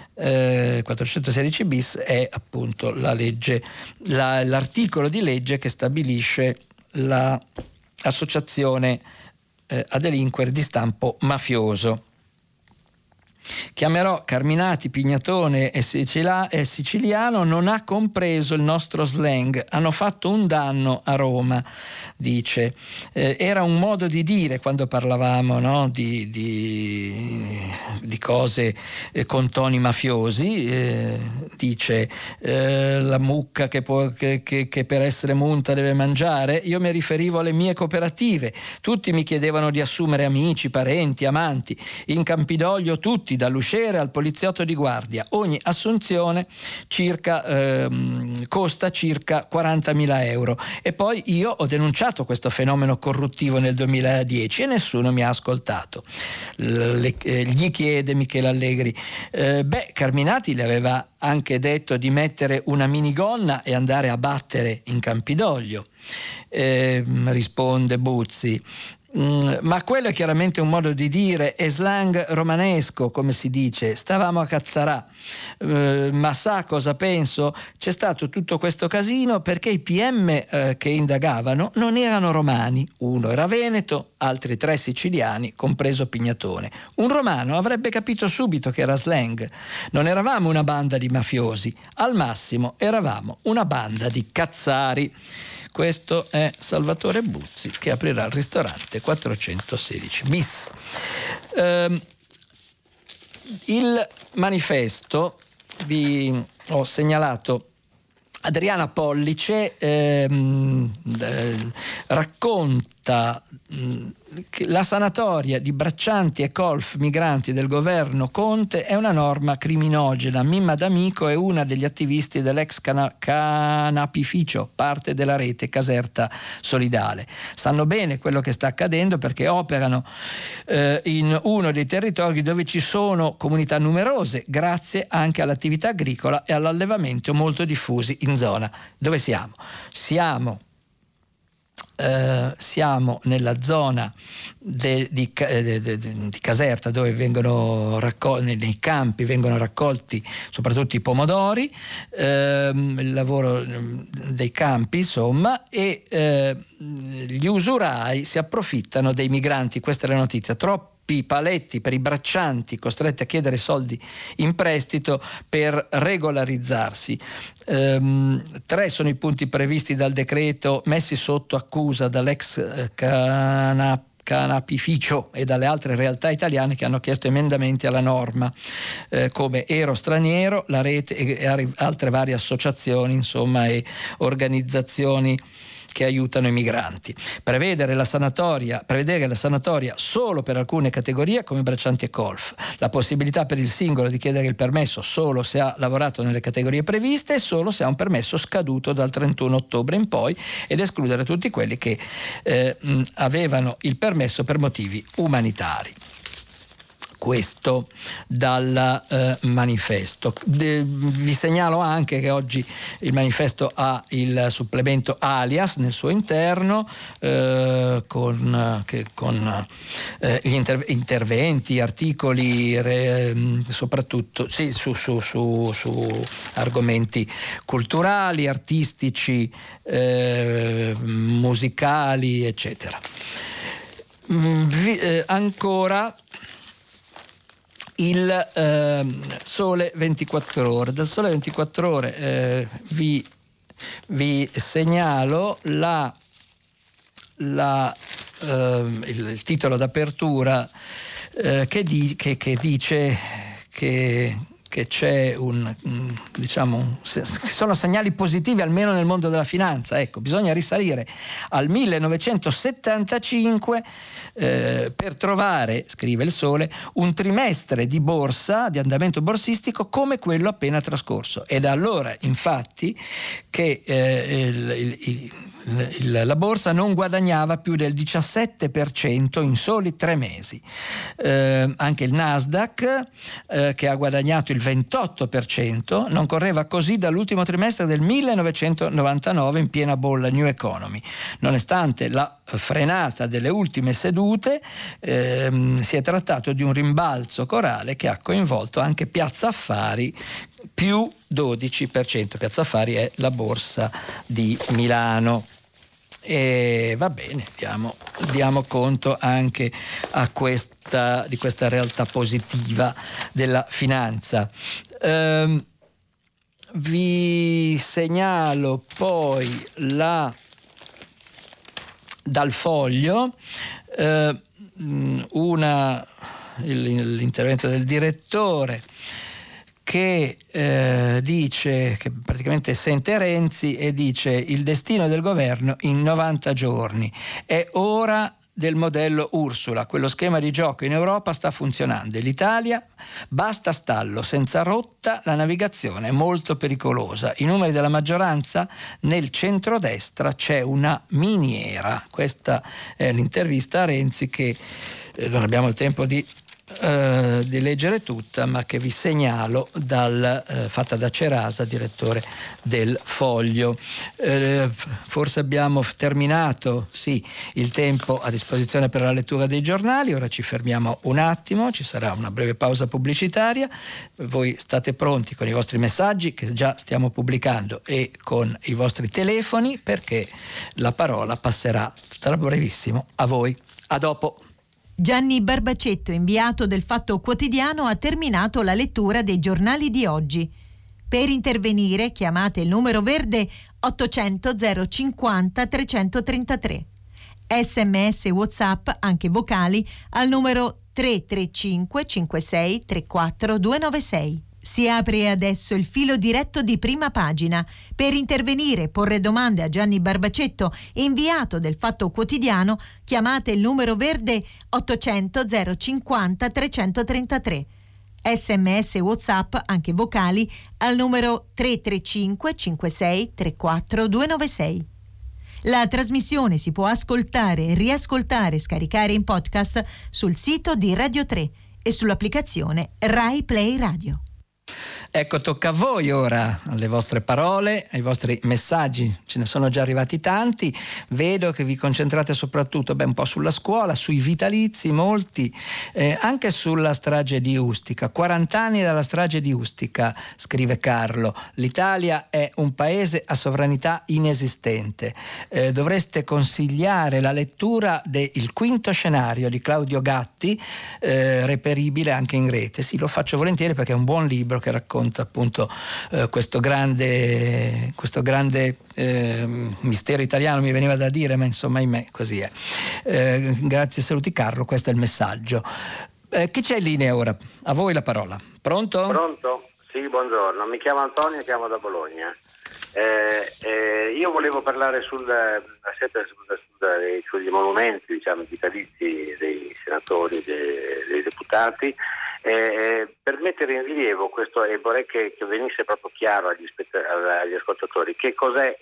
416 bis è appunto la legge, l'articolo di legge che stabilisce l'associazione a delinquere di stampo mafioso. Chiamerò Carminati, Pignatone e Siciliano, non ha compreso il nostro slang, hanno fatto un danno a Roma, dice. Era un modo di dire quando parlavamo, no? di cose con toni mafiosi, dice la mucca che per essere munta deve mangiare. Io mi riferivo alle mie cooperative, tutti mi chiedevano di assumere amici, parenti, amanti. In Campidoglio tutti, dall'usciere al poliziotto di guardia, ogni assunzione costa circa 40.000 euro. E poi io ho denunciato questo fenomeno corruttivo nel 2010 e nessuno mi ha ascoltato. Gli chiede Michele Allegri. Carminati le aveva anche detto di mettere una minigonna e andare a battere in Campidoglio. Risponde Buzzi. Ma quello è chiaramente un modo di dire, è slang romanesco, come si dice. Stavamo a Cazzarà, ma sa cosa penso? C'è stato tutto questo casino perché i PM che indagavano non erano romani, uno era veneto, altri 3 siciliani, compreso Pignatone. Un romano avrebbe capito subito che era slang. Non eravamo una banda di mafiosi, al massimo eravamo una banda di cazzari. Questo è Salvatore Buzzi, che aprirà il ristorante 416 bis. Il Manifesto, vi ho segnalato Adriana Pollice, racconta la sanatoria di braccianti e colf migranti del governo Conte è una norma criminogena. Mimma D'Amico è una degli attivisti dell'ex canapificio, parte della rete Caserta Solidale. Sanno bene quello che sta accadendo perché operano in uno dei territori dove ci sono comunità numerose, grazie anche all'attività agricola e all'allevamento molto diffusi in zona. Dove siamo? Siamo nella zona di Caserta, dove vengono nei campi vengono raccolti soprattutto i pomodori, il lavoro dei campi insomma, e gli usurai si approfittano dei migranti. Questa è la notizia. paletti per i braccianti costretti a chiedere soldi in prestito per regolarizzarsi. 3 sono i punti previsti dal decreto messi sotto accusa dall'ex Canapificio e dalle altre realtà italiane che hanno chiesto emendamenti alla norma, come Ero Straniero, la Rete e altre varie associazioni, insomma, e organizzazioni che aiutano i migranti. Prevedere la sanatoria solo per alcune categorie come braccianti e colf, la possibilità per il singolo di chiedere il permesso solo se ha lavorato nelle categorie previste e solo se ha un permesso scaduto dal 31 ottobre in poi, ed escludere tutti quelli che avevano il permesso per motivi umanitari. Questo dal manifesto. Vi segnalo anche che oggi il manifesto ha il supplemento Alias nel suo interno, con gli interventi, articoli, soprattutto su argomenti culturali, artistici, musicali, eccetera. Ancora il Sole 24 Ore. Dal Sole 24 Ore vi segnalo il titolo d'apertura che dice che c'è sono segnali positivi almeno nel mondo della finanza. Ecco, bisogna risalire al 1975 per trovare, scrive il Sole, un trimestre di borsa, di andamento borsistico come quello appena trascorso. Ed allora, infatti, che la borsa non guadagnava più del 17% in soli 3 mesi. Anche il Nasdaq, che ha guadagnato il 28%, non correva così dall'ultimo trimestre del 1999 in piena bolla New Economy. Nonostante la frenata delle ultime sedute, si è trattato di un rimbalzo corale che ha coinvolto anche Piazza Affari, più 12%. Piazza Affari è la borsa di Milano. E va bene, diamo conto anche di questa realtà positiva della finanza. Vi segnalo poi dal Foglio l'intervento del direttore che dice, che praticamente sente Renzi e dice: il destino del governo in 90 giorni, è ora del modello Ursula, quello schema di gioco in Europa sta funzionando, l'Italia basta stallo, senza rotta la navigazione è molto pericolosa, i numeri della maggioranza nel centrodestra c'è una miniera. Questa è l'intervista a Renzi che non abbiamo il tempo di leggere tutta, ma che vi segnalo fatta da Cerasa, direttore del Foglio. Forse abbiamo terminato il tempo a disposizione per la lettura dei giornali. Ora ci fermiamo un attimo, ci sarà una breve pausa pubblicitaria. Voi state pronti con i vostri messaggi che già stiamo pubblicando e con i vostri telefoni, perché la parola passerà tra brevissimo a voi. A dopo. Gianni Barbacetto, inviato del Fatto Quotidiano, ha terminato la lettura dei giornali di oggi. Per intervenire chiamate il numero verde 800 050 333. SMS WhatsApp, anche vocali, al numero 335 56 34 296. Si apre adesso il filo diretto di Prima Pagina. Per intervenire e porre domande a Gianni Barbacetto, inviato del Fatto Quotidiano, chiamate il numero verde 800 050 333. SMS WhatsApp, anche vocali, al numero 335 56 34 296. La trasmissione si può ascoltare, riascoltare e scaricare in podcast sul sito di Radio 3 e sull'applicazione Rai Play Radio. Ecco, tocca a voi ora, alle vostre parole, ai vostri messaggi. Ce ne sono già arrivati tanti. Vedo che vi concentrate soprattutto un po' sulla scuola, sui vitalizi, molti, anche sulla strage di Ustica. 40 anni dalla strage di Ustica, scrive Carlo. L'Italia è un paese a sovranità inesistente. Dovreste consigliare la lettura del Quinto scenario di Claudio Gatti, reperibile anche in rete. Sì, lo faccio volentieri perché è un buon libro che racconta appunto questo grande mistero italiano, mi veniva da dire, ma insomma ahimè così è. Grazie, saluti Carlo, questo è il messaggio. Chi c'è in linea ora? A voi la parola. Pronto? Pronto? Sì, buongiorno, mi chiamo Antonio, chiamo da Bologna. Io volevo parlare sugli monumenti, diciamo, vitalizi dei senatori, dei deputati, per mettere in rilievo questo, e vorrei che venisse proprio chiaro agli ascoltatori che cos'è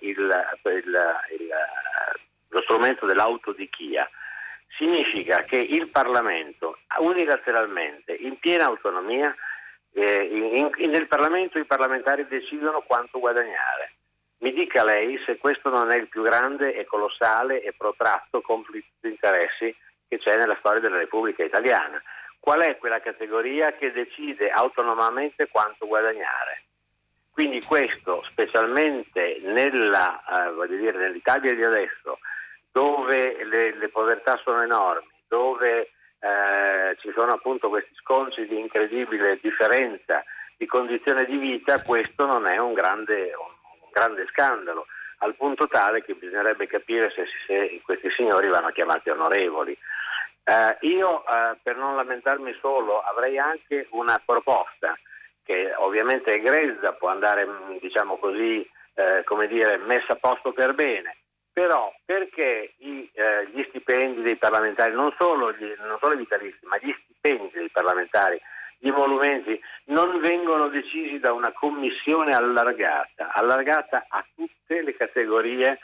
lo strumento dell'autodichia. Significa che il Parlamento unilateralmente, in piena autonomia, nel Parlamento i parlamentari decidono quanto guadagnare. Mi dica lei se questo non è il più grande e colossale e protratto conflitto di interessi che c'è nella storia della Repubblica Italiana. Qual è quella categoria che decide autonomamente quanto guadagnare? Quindi questo, specialmente nell'Italia di adesso, dove le povertà sono enormi, dove ci sono appunto questi sconci di incredibile differenza di condizione di vita, questo non è un grande scandalo, al punto tale che bisognerebbe capire se questi signori vanno chiamati onorevoli. Io per non lamentarmi solo avrei anche una proposta che ovviamente è grezza, può andare diciamo così messa a posto per bene, però perché gli stipendi dei parlamentari, non solo i vitalizi, ma gli stipendi dei parlamentari, gli emolumenti non vengono decisi da una commissione allargata a tutte le categorie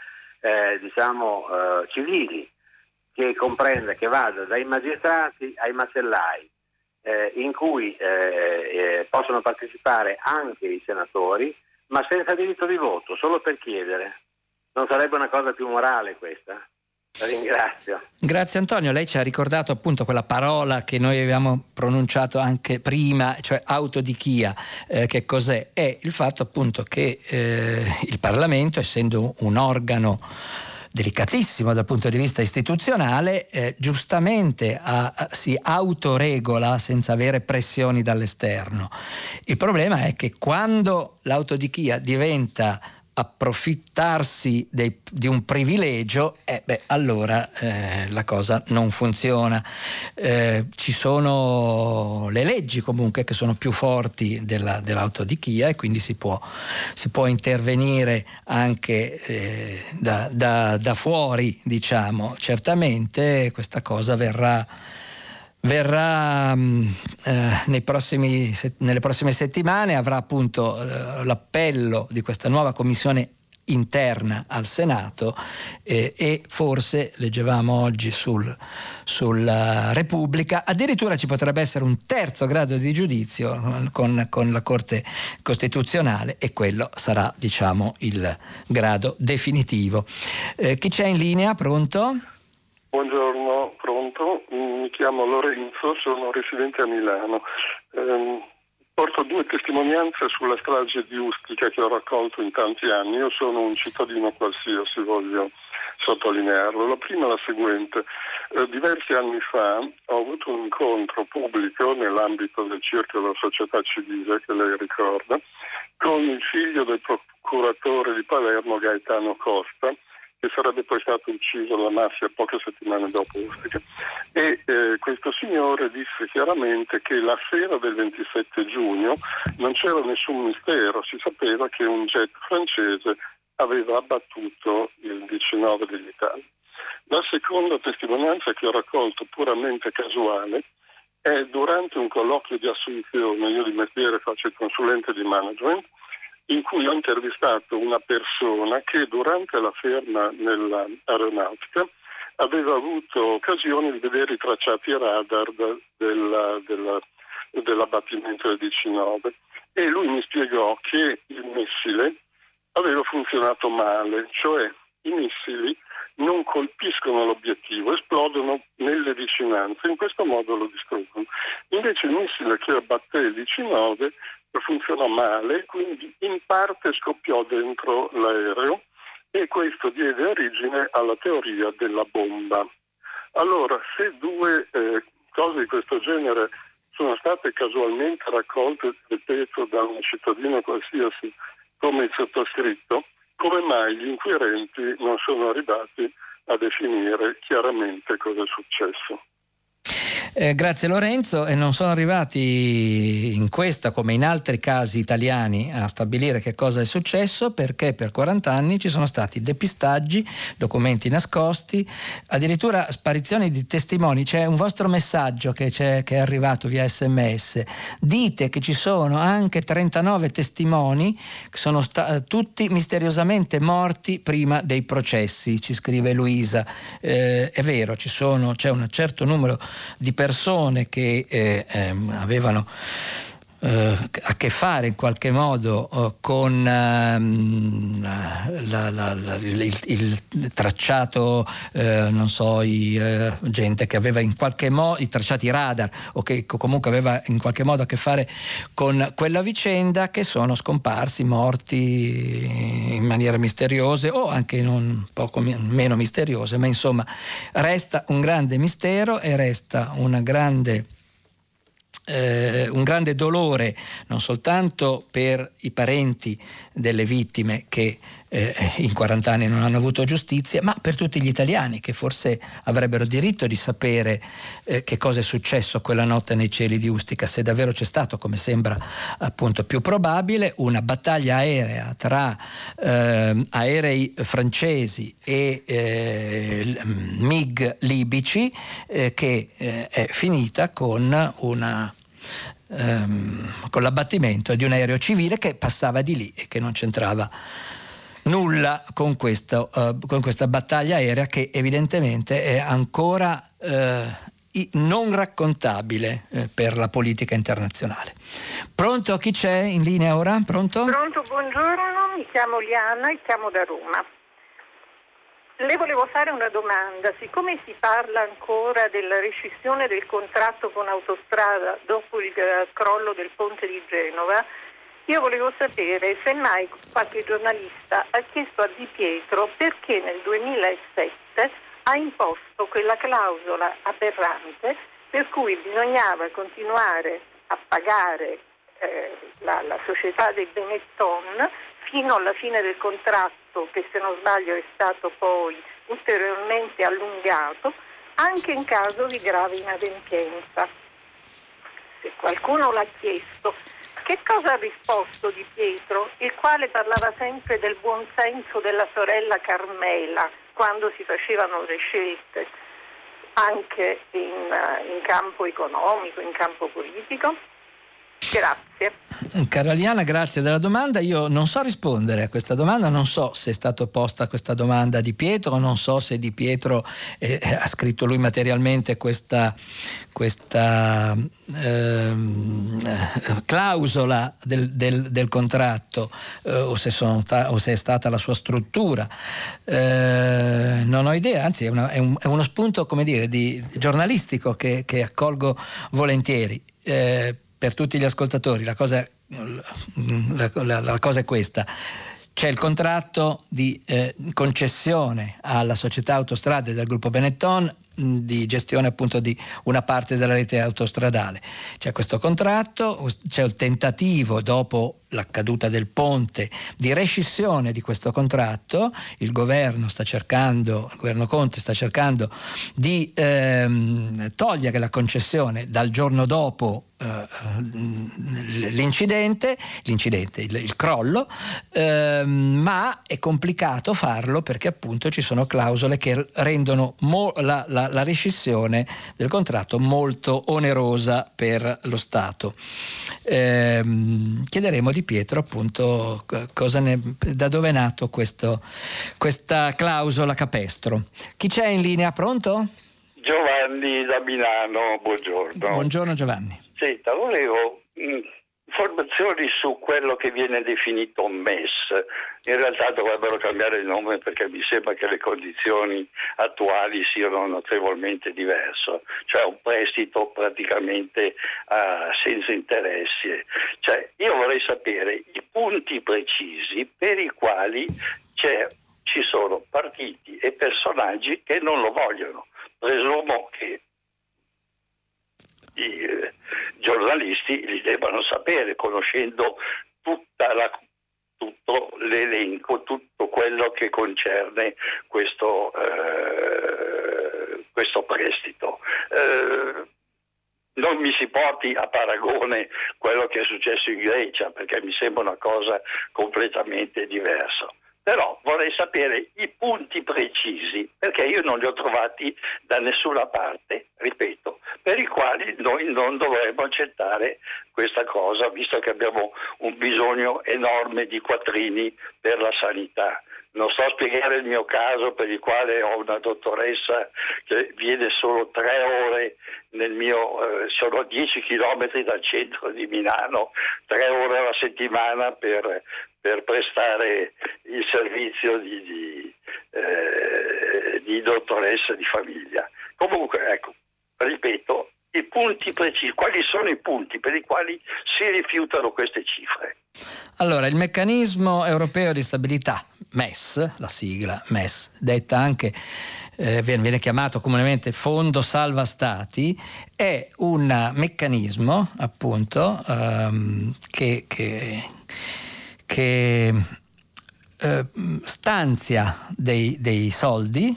civili, che comprenda, che vada dai magistrati ai macellai, in cui possono partecipare anche i senatori, ma senza diritto di voto, solo per chiedere. Non sarebbe una cosa più morale questa? La ringrazio. Grazie Antonio, lei ci ha ricordato appunto quella parola che noi avevamo pronunciato anche prima, cioè autodichia. Che cos'è? È il fatto appunto che il Parlamento, essendo un organo delicatissimo dal punto di vista istituzionale, giustamente si autoregola senza avere pressioni dall'esterno. Il problema è che quando l'autodichia diventa approfittarsi di un privilegio, allora la cosa non funziona. Ci sono le leggi comunque che sono più forti dell'autodichia, e quindi si può intervenire anche da fuori, diciamo. Certamente questa cosa verrà nelle prossime settimane, avrà appunto l'appello di questa nuova commissione interna al Senato, e forse, leggevamo oggi sulla Repubblica, addirittura ci potrebbe essere un terzo grado di giudizio con la Corte Costituzionale, e quello sarà, diciamo, il grado definitivo. Chi c'è in linea? Pronto? Buongiorno, pronto? Mi chiamo Lorenzo, sono residente a Milano. Porto 2 testimonianze sulla strage di Ustica che ho raccolto in tanti anni. Io sono un cittadino qualsiasi, voglio sottolinearlo. La prima è la seguente. Diversi anni fa ho avuto un incontro pubblico nell'ambito del Circolo della Società Civile, che lei ricorda, con il figlio del procuratore di Palermo, Gaetano Costa, che sarebbe poi stato ucciso alla mafia poche settimane dopo Ustica. E questo signore disse chiaramente che la sera del 27 giugno non c'era nessun mistero, si sapeva che un jet francese aveva abbattuto il 19 dell'Italia. La seconda testimonianza che ho raccolto, puramente casuale, è durante un colloquio di assunzione. Io di mestiere faccio il consulente di management, in cui ho intervistato una persona che durante la ferma nell'aeronautica aveva avuto occasione di vedere i tracciati radar dell'abbattimento del 19, e lui mi spiegò che il missile aveva funzionato male, cioè i missili non colpiscono l'obiettivo, esplodono nelle vicinanze, in questo modo lo distruggono. Invece il missile che abbatté il DC-9 funzionò male, quindi in parte scoppiò dentro l'aereo e questo diede origine alla teoria della bomba. Allora, se due cose di questo genere sono state casualmente raccolte, ripeto, da un cittadino qualsiasi come il sottoscritto, come mai gli inquirenti non sono arrivati a definire chiaramente cosa è successo? Grazie Lorenzo, e non sono arrivati in questa come in altri casi italiani a stabilire che cosa è successo, perché per 40 anni ci sono stati depistaggi, documenti nascosti, addirittura sparizioni di testimoni. C'è un vostro messaggio che è arrivato via SMS, dite che ci sono anche 39 testimoni che sono tutti misteriosamente morti prima dei processi, ci scrive Luisa. È vero, c'è un certo numero di persone che avevano a che fare in qualche modo con il tracciato, non so, gente che aveva in qualche modo i tracciati radar o che comunque aveva in qualche modo a che fare con quella vicenda, che sono scomparsi, morti in maniera misteriose o anche non poco meno misteriose, ma insomma resta un grande mistero e resta un grande dolore non soltanto per i parenti delle vittime che in 40 anni non hanno avuto giustizia, ma per tutti gli italiani che forse avrebbero diritto di sapere che cosa è successo quella notte nei cieli di Ustica, se davvero c'è stato, come sembra appunto più probabile, una battaglia aerea tra aerei francesi e MiG libici che è finita con l'abbattimento di un aereo civile che passava di lì e che non c'entrava nulla con questa battaglia aerea, che evidentemente è ancora non raccontabile per la politica internazionale. Pronto? Chi c'è in linea ora? Pronto? Pronto, buongiorno, mi chiamo Liana e chiamo da Roma. Le volevo fare una domanda. Siccome si parla ancora della rescissione del contratto con Autostrada dopo il crollo del ponte di Genova, io volevo sapere se mai qualche giornalista ha chiesto a Di Pietro perché nel 2007 ha imposto quella clausola aberrante per cui bisognava continuare a pagare la società dei Benetton fino alla fine del contratto, che se non sbaglio è stato poi ulteriormente allungato, anche in caso di grave inadempienza. Se qualcuno l'ha chiesto, che cosa ha risposto Di Pietro, il quale parlava sempre del buon senso della sorella Carmela quando si facevano le scelte, anche in campo economico, in campo politico? Grazie. Cara Liana, grazie della domanda. Io non so rispondere a questa domanda, non so se è stata posta questa domanda a Di Pietro, non so se Di Pietro ha scritto lui materialmente questa clausola del contratto o se è stata la sua struttura. Non ho idea, anzi è uno spunto, come dire, giornalistico che accolgo volentieri. Per tutti gli ascoltatori la cosa è questa: c'è il contratto di concessione alla società Autostrade del gruppo Benetton di gestione appunto di una parte della rete autostradale. C'è questo contratto, c'è il tentativo dopo la caduta del ponte di rescissione di questo contratto. Il governo Conte sta cercando di togliere la concessione dal giorno dopo il crollo, ma è complicato farlo perché appunto ci sono clausole che rendono la rescissione del contratto molto onerosa per lo Stato. Chiederemo di Pietro appunto da dove è nato questa clausola capestro. Chi c'è in linea? Pronto? Giovanni da Milano, buongiorno. Buongiorno Giovanni. Senta, volevo informazioni su quello che viene definito MES. In realtà dovrebbero cambiare il nome perché mi sembra che le condizioni attuali siano notevolmente diverse, cioè un prestito praticamente senza interessi. Cioè, io vorrei sapere i punti precisi per i quali ci sono partiti e personaggi che non lo vogliono. Presumo che i giornalisti li debbano sapere, conoscendo tutto l'elenco, tutto quello che concerne questo prestito. Non mi si porti a paragone quello che è successo in Grecia, perché mi sembra una cosa completamente diversa. Però vorrei sapere i punti precisi, perché io non li ho trovati da nessuna parte, ripeto, per i quali noi non dovremmo accettare questa cosa, visto che abbiamo un bisogno enorme di quattrini per la sanità. Non sto a spiegare il mio caso, per il quale ho una dottoressa che viene solo 3 ore sono 10 chilometri dal centro di Milano, 3 ore alla settimana per prestare il servizio di dottoressa di famiglia. Comunque, ecco, ripeto, i punti precisi, quali sono i punti per i quali si rifiutano queste cifre? Allora, il meccanismo europeo di stabilità, MES, la sigla MES, detta anche, viene chiamato comunemente Fondo Salva Stati, è un meccanismo appunto che stanzia dei soldi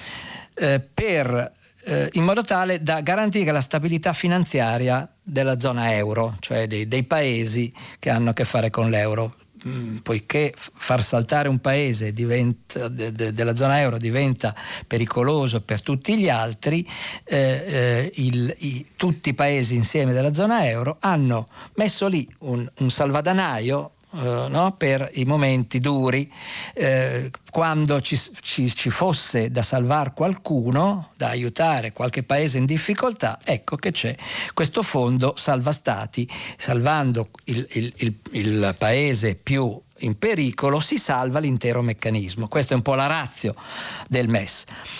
in modo tale da garantire la stabilità finanziaria della zona euro, cioè dei paesi che hanno a che fare con l'euro. Poiché far saltare un paese della zona euro diventa pericoloso per tutti gli altri, tutti i paesi insieme della zona euro hanno messo lì un salvadanaio per i momenti duri, quando ci fosse da salvare qualcuno, da aiutare qualche paese in difficoltà, ecco che c'è questo fondo salva stati. Salvando il paese più in pericolo si salva l'intero meccanismo. Questa è un po' la ratio del MES.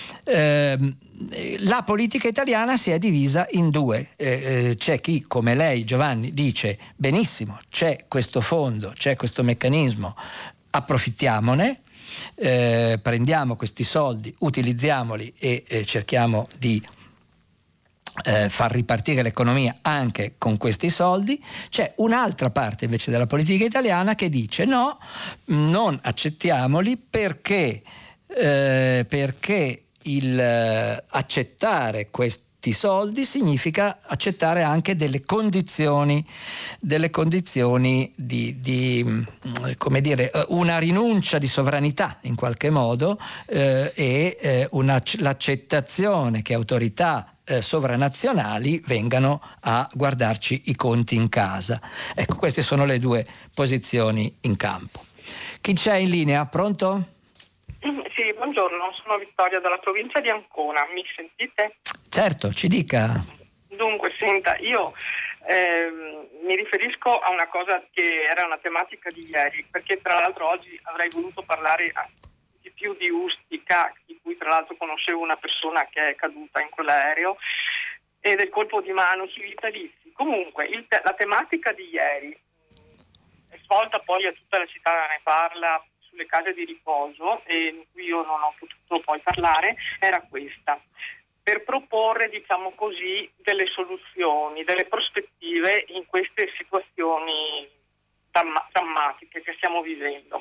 La politica italiana si è divisa in due. C'è chi, come lei, Giovanni, dice benissimo, c'è questo fondo, c'è questo meccanismo, approfittiamone, prendiamo questi soldi, utilizziamoli e cerchiamo di far ripartire l'economia anche con questi soldi. C'è un'altra parte invece della politica italiana che dice no, non accettiamoli perché accettare questi soldi significa accettare anche delle condizioni di come dire, una rinuncia di sovranità in qualche modo, l'accettazione che autorità sovranazionali vengano a guardarci i conti in casa. Ecco, queste sono le due posizioni in campo. Chi c'è in linea? Pronto? Sì, buongiorno, sono Vittoria dalla provincia di Ancona, mi sentite? Certo, ci dica. Dunque, senta, io mi riferisco a una cosa che era una tematica di ieri, perché tra l'altro oggi avrei voluto parlare di più di Ustica, di cui tra l'altro conoscevo una persona che è caduta in quell'aereo, e del colpo di mano sui vitalizi. Comunque, la tematica di ieri è svolta poi a tutta la città, ne parla, le case di riposo, e in cui io non ho potuto poi parlare, era questa: per proporre, diciamo così, delle soluzioni, delle prospettive in queste situazioni drammatiche che stiamo vivendo.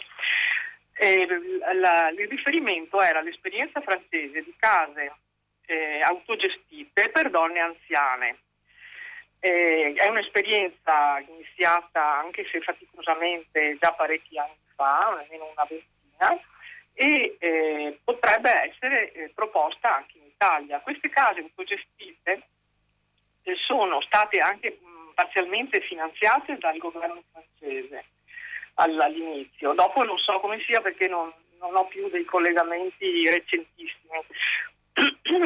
Il riferimento era l'esperienza francese di case autogestite per donne anziane. È un'esperienza iniziata, anche se faticosamente, già parecchi anni fa, almeno una ventina, e potrebbe essere proposta anche in Italia. Queste case autogestite sono state anche parzialmente finanziate dal governo francese all'inizio. Dopo non so come sia, perché non ho più dei collegamenti recentissimi.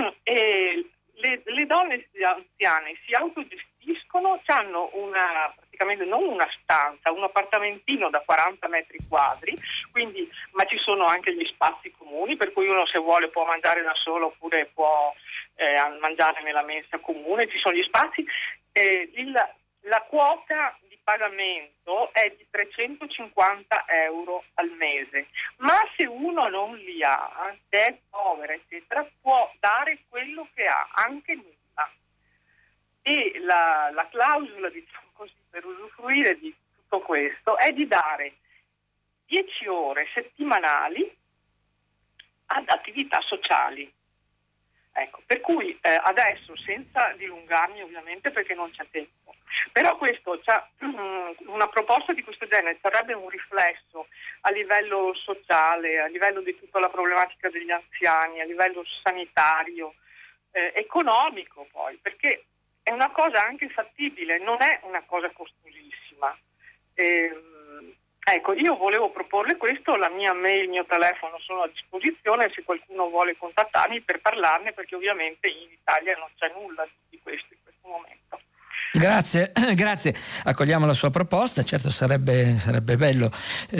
E le donne anziane si autogestiscono, hanno praticamente non una stanza, un appartamentino da 40 metri quadri, quindi, ma ci sono anche gli spazi comuni, per cui uno se vuole può mangiare da solo oppure può mangiare nella mensa comune, ci sono gli spazi. La quota di pagamento è di 350 euro al mese, ma se uno non li ha, se è povero eccetera, può dare quello che ha, anche nulla. E la clausola, diciamo così, per usufruire di tutto questo è di dare 10 ore settimanali ad attività sociali. Ecco, per cui adesso, senza dilungarmi ovviamente perché non c'è tempo, però una proposta di questo genere sarebbe un riflesso a livello sociale, a livello di tutta la problematica degli anziani, a livello sanitario, economico poi, perché è una cosa anche fattibile, non è una cosa costosissima. Ecco, io volevo proporle questo, la mia mail, il mio telefono sono a disposizione se qualcuno vuole contattarmi per parlarne, perché ovviamente in Italia non c'è nulla di questo in questo momento. Grazie, accogliamo la sua proposta. Certo, sarebbe bello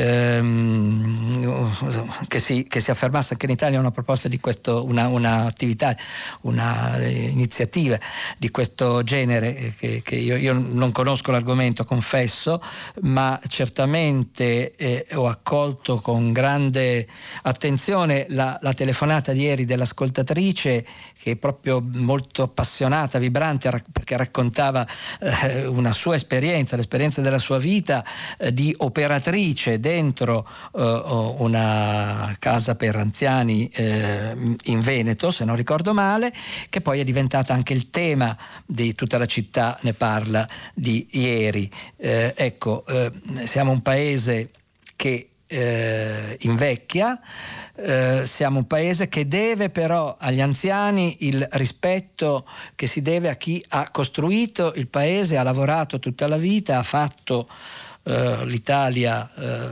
che si affermasse anche in Italia una proposta di questo, una attività, una iniziativa di questo genere, che io non conosco l'argomento, confesso, ma certamente ho accolto con grande attenzione la telefonata di ieri dell'ascoltatrice, che è proprio molto appassionata, vibrante, perché raccontava una sua esperienza, l'esperienza della sua vita di operatrice dentro una casa per anziani in Veneto, se non ricordo male, che poi è diventata anche il tema di Tutta la città ne parla di ieri. Siamo un paese che invecchia, siamo un paese che deve però agli anziani il rispetto che si deve a chi ha costruito il paese, ha lavorato tutta la vita, ha fatto l'Italia,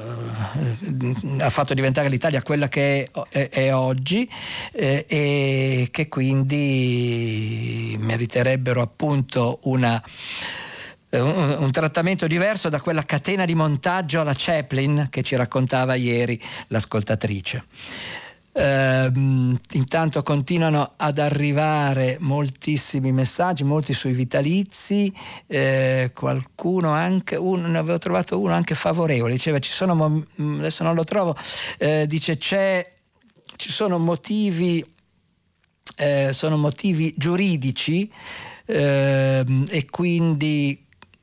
ha fatto diventare l'Italia quella che è oggi, e che quindi meriterebbero appunto un trattamento diverso da quella catena di montaggio alla Chaplin che ci raccontava ieri l'ascoltatrice. Intanto continuano ad arrivare moltissimi messaggi, molti sui vitalizi, qualcuno anche, ne avevo trovato uno anche favorevole, diceva adesso non lo trovo, dice ci sono motivi giuridici, e quindi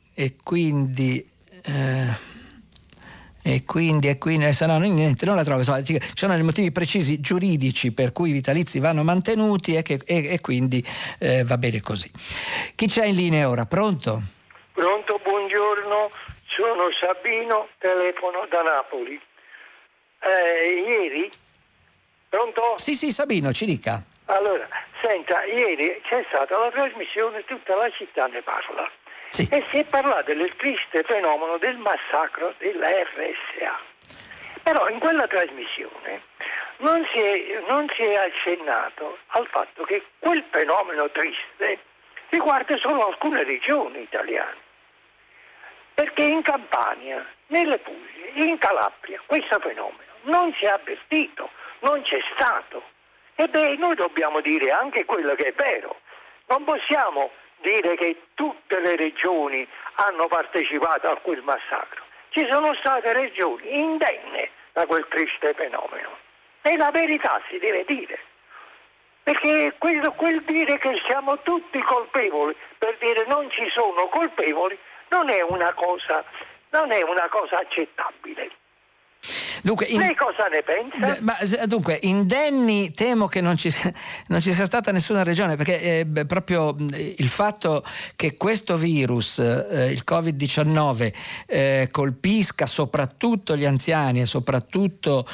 se no niente, non la trovo, ci sono dei motivi precisi giuridici per cui i vitalizi vanno mantenuti e quindi va bene così. Chi c'è in linea ora? Pronto? Pronto, buongiorno, sono Sabino, telefono da Napoli. Ieri? Pronto? Sì, Sabino, ci dica. Allora, senta, ieri c'è stata la trasmissione Tutta la città ne parla. Sì. E si è parlato del triste fenomeno del massacro della RSA. Però in quella trasmissione non si è accennato al fatto che quel fenomeno triste riguarda solo alcune regioni italiane. Perché in Campania, nelle Puglie, in Calabria questo fenomeno non si è avvertito, non c'è stato. Noi dobbiamo dire anche quello che è vero. Non possiamo dire che tutte le regioni hanno partecipato a quel massacro. Ci sono state regioni indenne da quel triste fenomeno. E la verità si deve dire. Perché quel dire che siamo tutti colpevoli per dire non ci sono colpevoli non è una cosa accettabile. Dunque, lei cosa ne pensa? Dunque, indenni temo che non ci sia stata nessuna regione, perché proprio il fatto che questo virus, il Covid-19, colpisca soprattutto gli anziani e soprattutto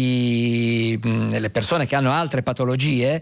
le persone che hanno altre patologie,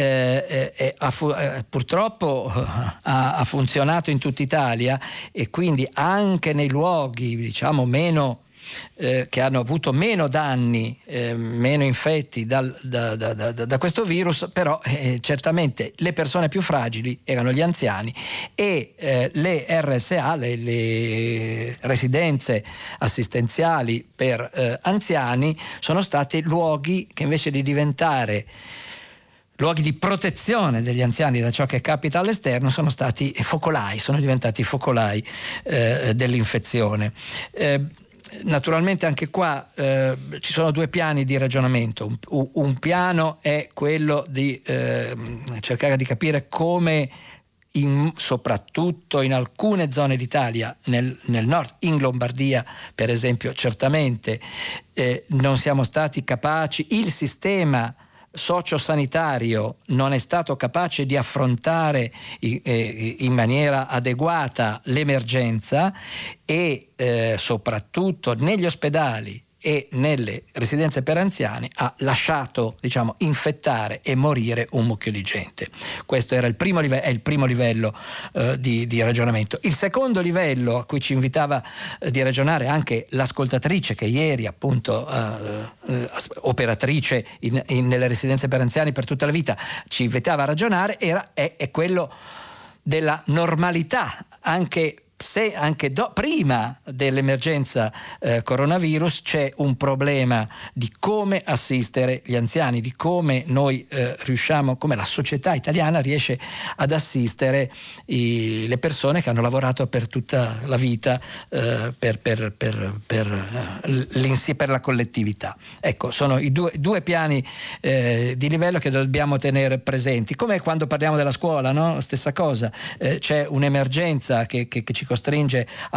purtroppo ha funzionato in tutta Italia, e quindi anche nei luoghi, diciamo, meno che hanno avuto meno danni, meno infetti da questo virus, però certamente le persone più fragili erano gli anziani e le RSA, le residenze assistenziali per anziani, sono stati luoghi che invece di diventare luoghi di protezione degli anziani da ciò che capita all'esterno sono stati focolai, sono diventati focolai dell'infezione. Naturalmente anche qua ci sono due piani di ragionamento. Un piano è quello di cercare di capire come soprattutto in alcune zone d'Italia, nel nord, in Lombardia per esempio, certamente non siamo stati capaci, il sistema sociosanitario non è stato capace di affrontare in maniera adeguata l'emergenza e soprattutto negli ospedali e nelle residenze per anziani ha lasciato, infettare e morire un mucchio di gente. Questo era è il primo livello di ragionamento. Il secondo livello a cui ci invitava di ragionare anche l'ascoltatrice che ieri, appunto operatrice nelle residenze per anziani per tutta la vita, ci invitava a ragionare, è quello della normalità, anche se prima dell'emergenza coronavirus c'è un problema di come assistere gli anziani, di come noi riusciamo, come la società italiana riesce ad assistere le persone che hanno lavorato per tutta la vita per la collettività. Ecco, sono i due piani di livello che dobbiamo tenere presenti, come quando parliamo della scuola, no? Stessa cosa, c'è un'emergenza che ci costringe a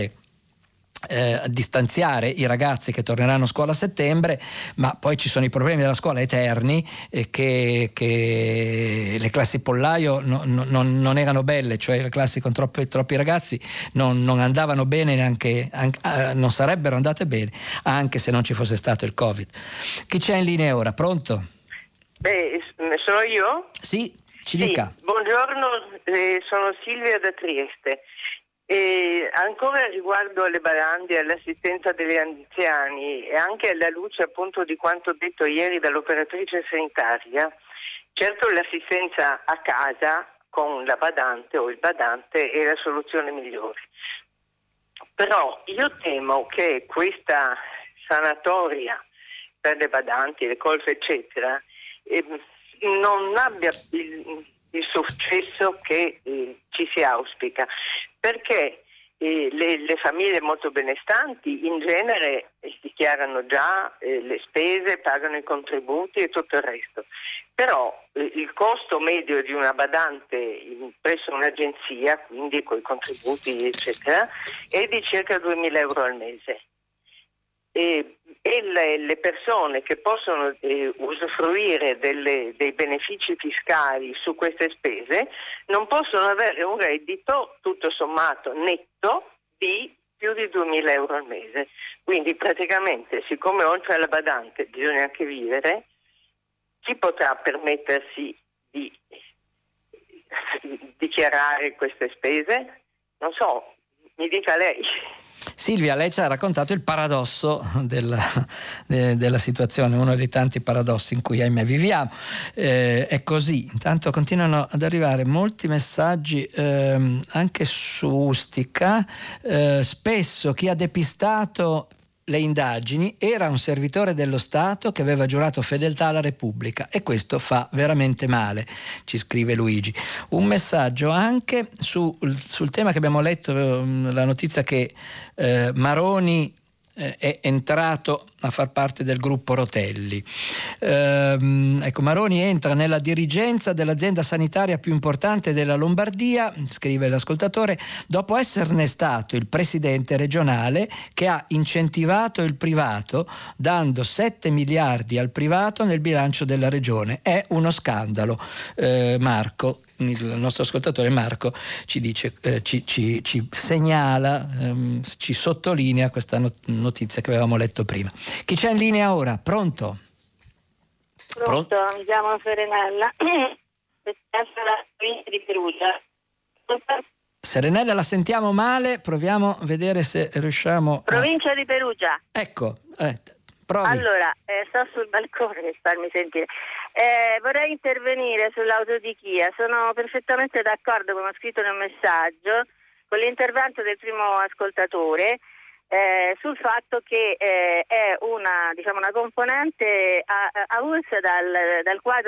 distanziare i ragazzi che torneranno a scuola a settembre, ma poi ci sono i problemi della scuola eterni, che le classi pollaio non erano belle, cioè le classi con troppi ragazzi non andavano bene, neanche non sarebbero andate bene anche se non ci fosse stato il Covid. Chi c'è in linea ora? Pronto? Sono io? Sì, ci dica. Buongiorno, sono Silvia da Trieste. E ancora riguardo alle badandi e all'assistenza degli anziani e anche alla luce appunto di quanto detto ieri dall'operatrice sanitaria, certo l'assistenza a casa con la badante o il badante è la soluzione migliore, però io temo che questa sanatoria per le badanti, le colfe eccetera non abbia il successo che ci si auspica, perché le famiglie molto benestanti in genere dichiarano già le spese, pagano i contributi e tutto il resto, però il costo medio di una badante presso un'agenzia, quindi con i contributi eccetera, è di circa 2.000 euro al mese. E le persone che possono usufruire dei benefici fiscali su queste spese non possono avere un reddito tutto sommato netto di più di 2.000 euro al mese. Quindi praticamente, siccome oltre alla badante bisogna anche vivere, chi potrà permettersi di dichiarare queste spese? Non so, mi dica lei. Silvia, lei ci ha raccontato il paradosso della situazione, uno dei tanti paradossi in cui ahimè viviamo. È così. Intanto continuano ad arrivare molti messaggi anche su Ustica. Spesso chi ha depistato le indagini era un servitore dello Stato che aveva giurato fedeltà alla Repubblica, e questo fa veramente male, ci scrive Luigi. Un messaggio anche sul tema che abbiamo letto, la notizia che Maroni è entrato a far parte del gruppo Rotelli. Ecco, Maroni entra nella dirigenza dell'azienda sanitaria più importante della Lombardia, scrive l'ascoltatore, dopo esserne stato il presidente regionale che ha incentivato il privato dando 7 miliardi al privato nel bilancio della regione. È uno scandalo. Marco, il nostro ascoltatore Marco, ci dice, ci segnala, ci sottolinea questa notizia che avevamo letto prima. Chi c'è in linea ora? Pronto? Pronto? Mi chiamo Serenella, di Perugia. Serenella la sentiamo male, proviamo a vedere se riusciamo Provincia di Perugia. Ecco, provi. Allora, sto sul balcone per farmi sentire. Vorrei intervenire sull'autodichia. Sono perfettamente d'accordo, come ho scritto nel messaggio, con l'intervento del primo ascoltatore sul fatto che è una componente avulsa dal quadro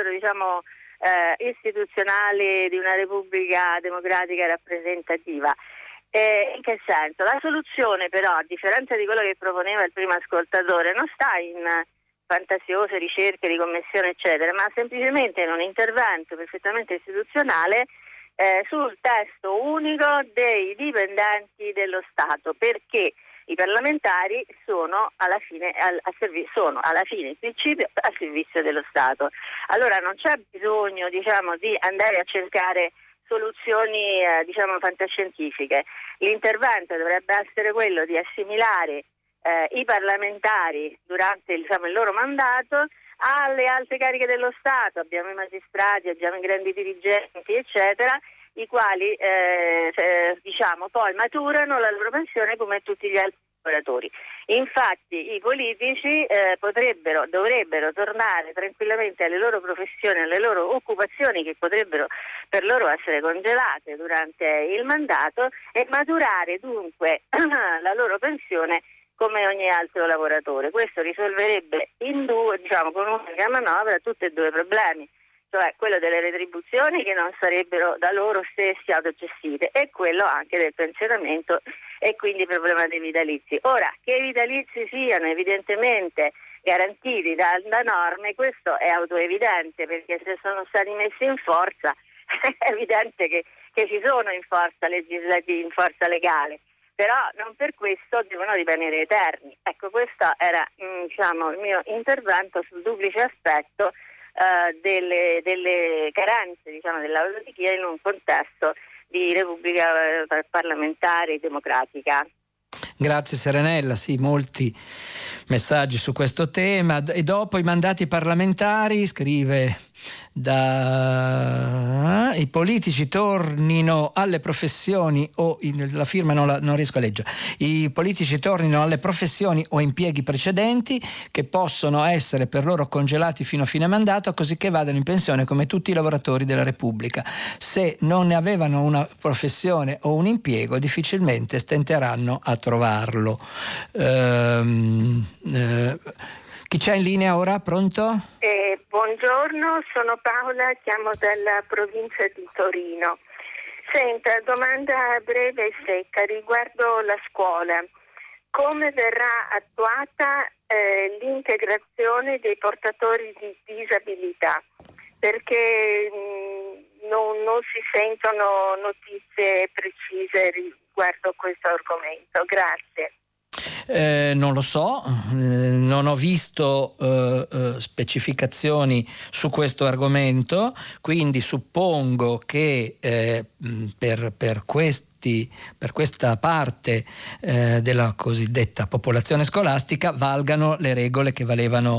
istituzionale di una repubblica democratica e rappresentativa. In che senso? La soluzione però, a differenza di quello che proponeva il primo ascoltatore, non sta in fantasiose ricerche di commissione eccetera, ma semplicemente in un intervento perfettamente istituzionale sul testo unico dei dipendenti dello Stato, perché i parlamentari sono alla fine in principio al servizio dello Stato. Allora non c'è bisogno di andare a cercare soluzioni fantascientifiche. L'intervento dovrebbe essere quello di assimilare i parlamentari durante il loro mandato alle alte cariche dello Stato. Abbiamo i magistrati, abbiamo i grandi dirigenti eccetera, i quali poi maturano la loro pensione come tutti gli altri lavoratori. Infatti i politici dovrebbero tornare tranquillamente alle loro professioni, alle loro occupazioni, che potrebbero per loro essere congelate durante il mandato, e maturare dunque la loro pensione come ogni altro lavoratore. Questo risolverebbe con un'unica manovra tutti e due i problemi, cioè quello delle retribuzioni, che non sarebbero da loro stessi autogestite, e quello anche del pensionamento, e quindi il problema dei vitalizi. Ora, che i vitalizi siano evidentemente garantiti da norme, questo è autoevidente, perché se sono stati messi in forza è evidente che ci sono in forza legislativa, in forza legale, però non per questo devono rimanere eterni. Ecco, questo era il mio intervento sul duplice aspetto delle carenze dell'autodichia in un contesto di repubblica parlamentare e democratica. Grazie Serenella, sì, molti messaggi su questo tema. E dopo i mandati parlamentari, scrive i politici tornino alle professioni la firma non riesco a leggere. I politici tornino alle professioni o impieghi precedenti, che possono essere per loro congelati fino a fine mandato, così che vadano in pensione come tutti i lavoratori della Repubblica. Se non ne avevano una professione o un impiego, difficilmente stenteranno a trovarlo. Chi c'è in linea ora? Pronto? Buongiorno, sono Paola, chiamo dalla provincia di Torino. Senta, domanda breve e secca riguardo la scuola. Come verrà attuata l'integrazione dei portatori di disabilità? Perché non si sentono notizie precise riguardo questo argomento. Grazie. Non lo so, non ho visto specificazioni su questo argomento, quindi suppongo che per questa parte della cosiddetta popolazione scolastica valgano le regole che valevano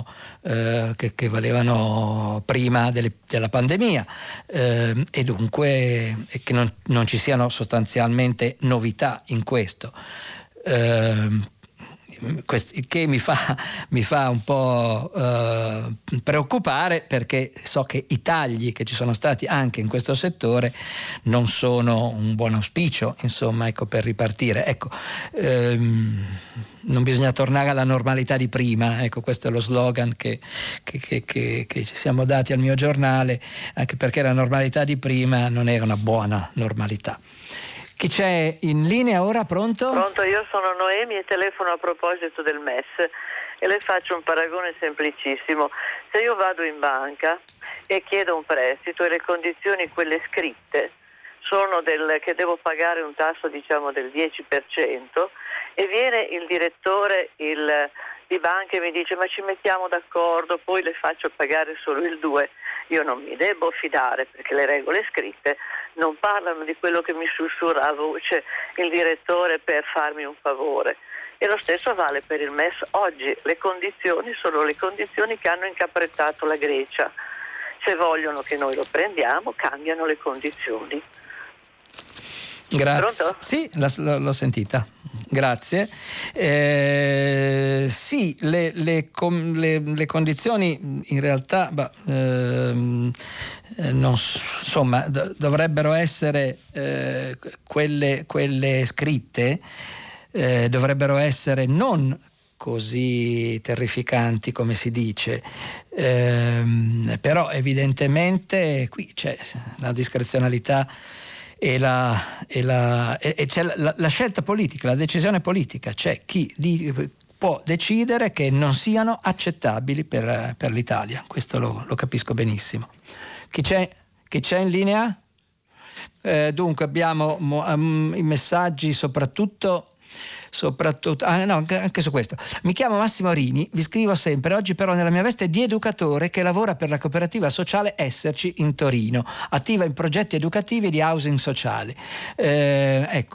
prima della pandemia, e dunque che non ci siano sostanzialmente novità in questo. Che mi fa un po' preoccupare, perché so che i tagli che ci sono stati anche in questo settore non sono un buon auspicio, per ripartire. Non bisogna tornare alla normalità di prima, questo è lo slogan che ci siamo dati al mio giornale, anche perché la normalità di prima non era una buona normalità. Chi c'è in linea ora? Pronto? Pronto, io sono Noemi e telefono a proposito del MES e le faccio un paragone semplicissimo. Se io vado in banca e chiedo un prestito e le condizioni, quelle scritte, sono che devo pagare un tasso del 10%, e viene il direttore di banca e mi dice: ma ci mettiamo d'accordo, poi le faccio pagare solo il 2%. Io non mi devo fidare, perché le regole scritte non parlano di quello che mi sussurra a voce il direttore per farmi un favore. E lo stesso vale per il MES. Oggi le condizioni sono le condizioni che hanno incaprettato la Grecia. Se vogliono che noi lo prendiamo, cambiano le condizioni. Grazie. Pronto? Sì, l'ho sentita. Grazie. Sì, le condizioni in realtà dovrebbero essere quelle scritte, dovrebbero essere non così terrificanti come si dice, però evidentemente qui c'è la discrezionalità e c'è la scelta politica, la decisione politica. C'è chi può decidere che non siano accettabili per l'Italia. Questo lo capisco benissimo. Chi c'è in linea? Dunque abbiamo i messaggi soprattutto anche su questo. Mi chiamo Massimo Rini, vi scrivo sempre, oggi però nella mia veste di educatore che lavora per la cooperativa sociale Esserci in Torino, attiva in progetti educativi di housing sociale. Che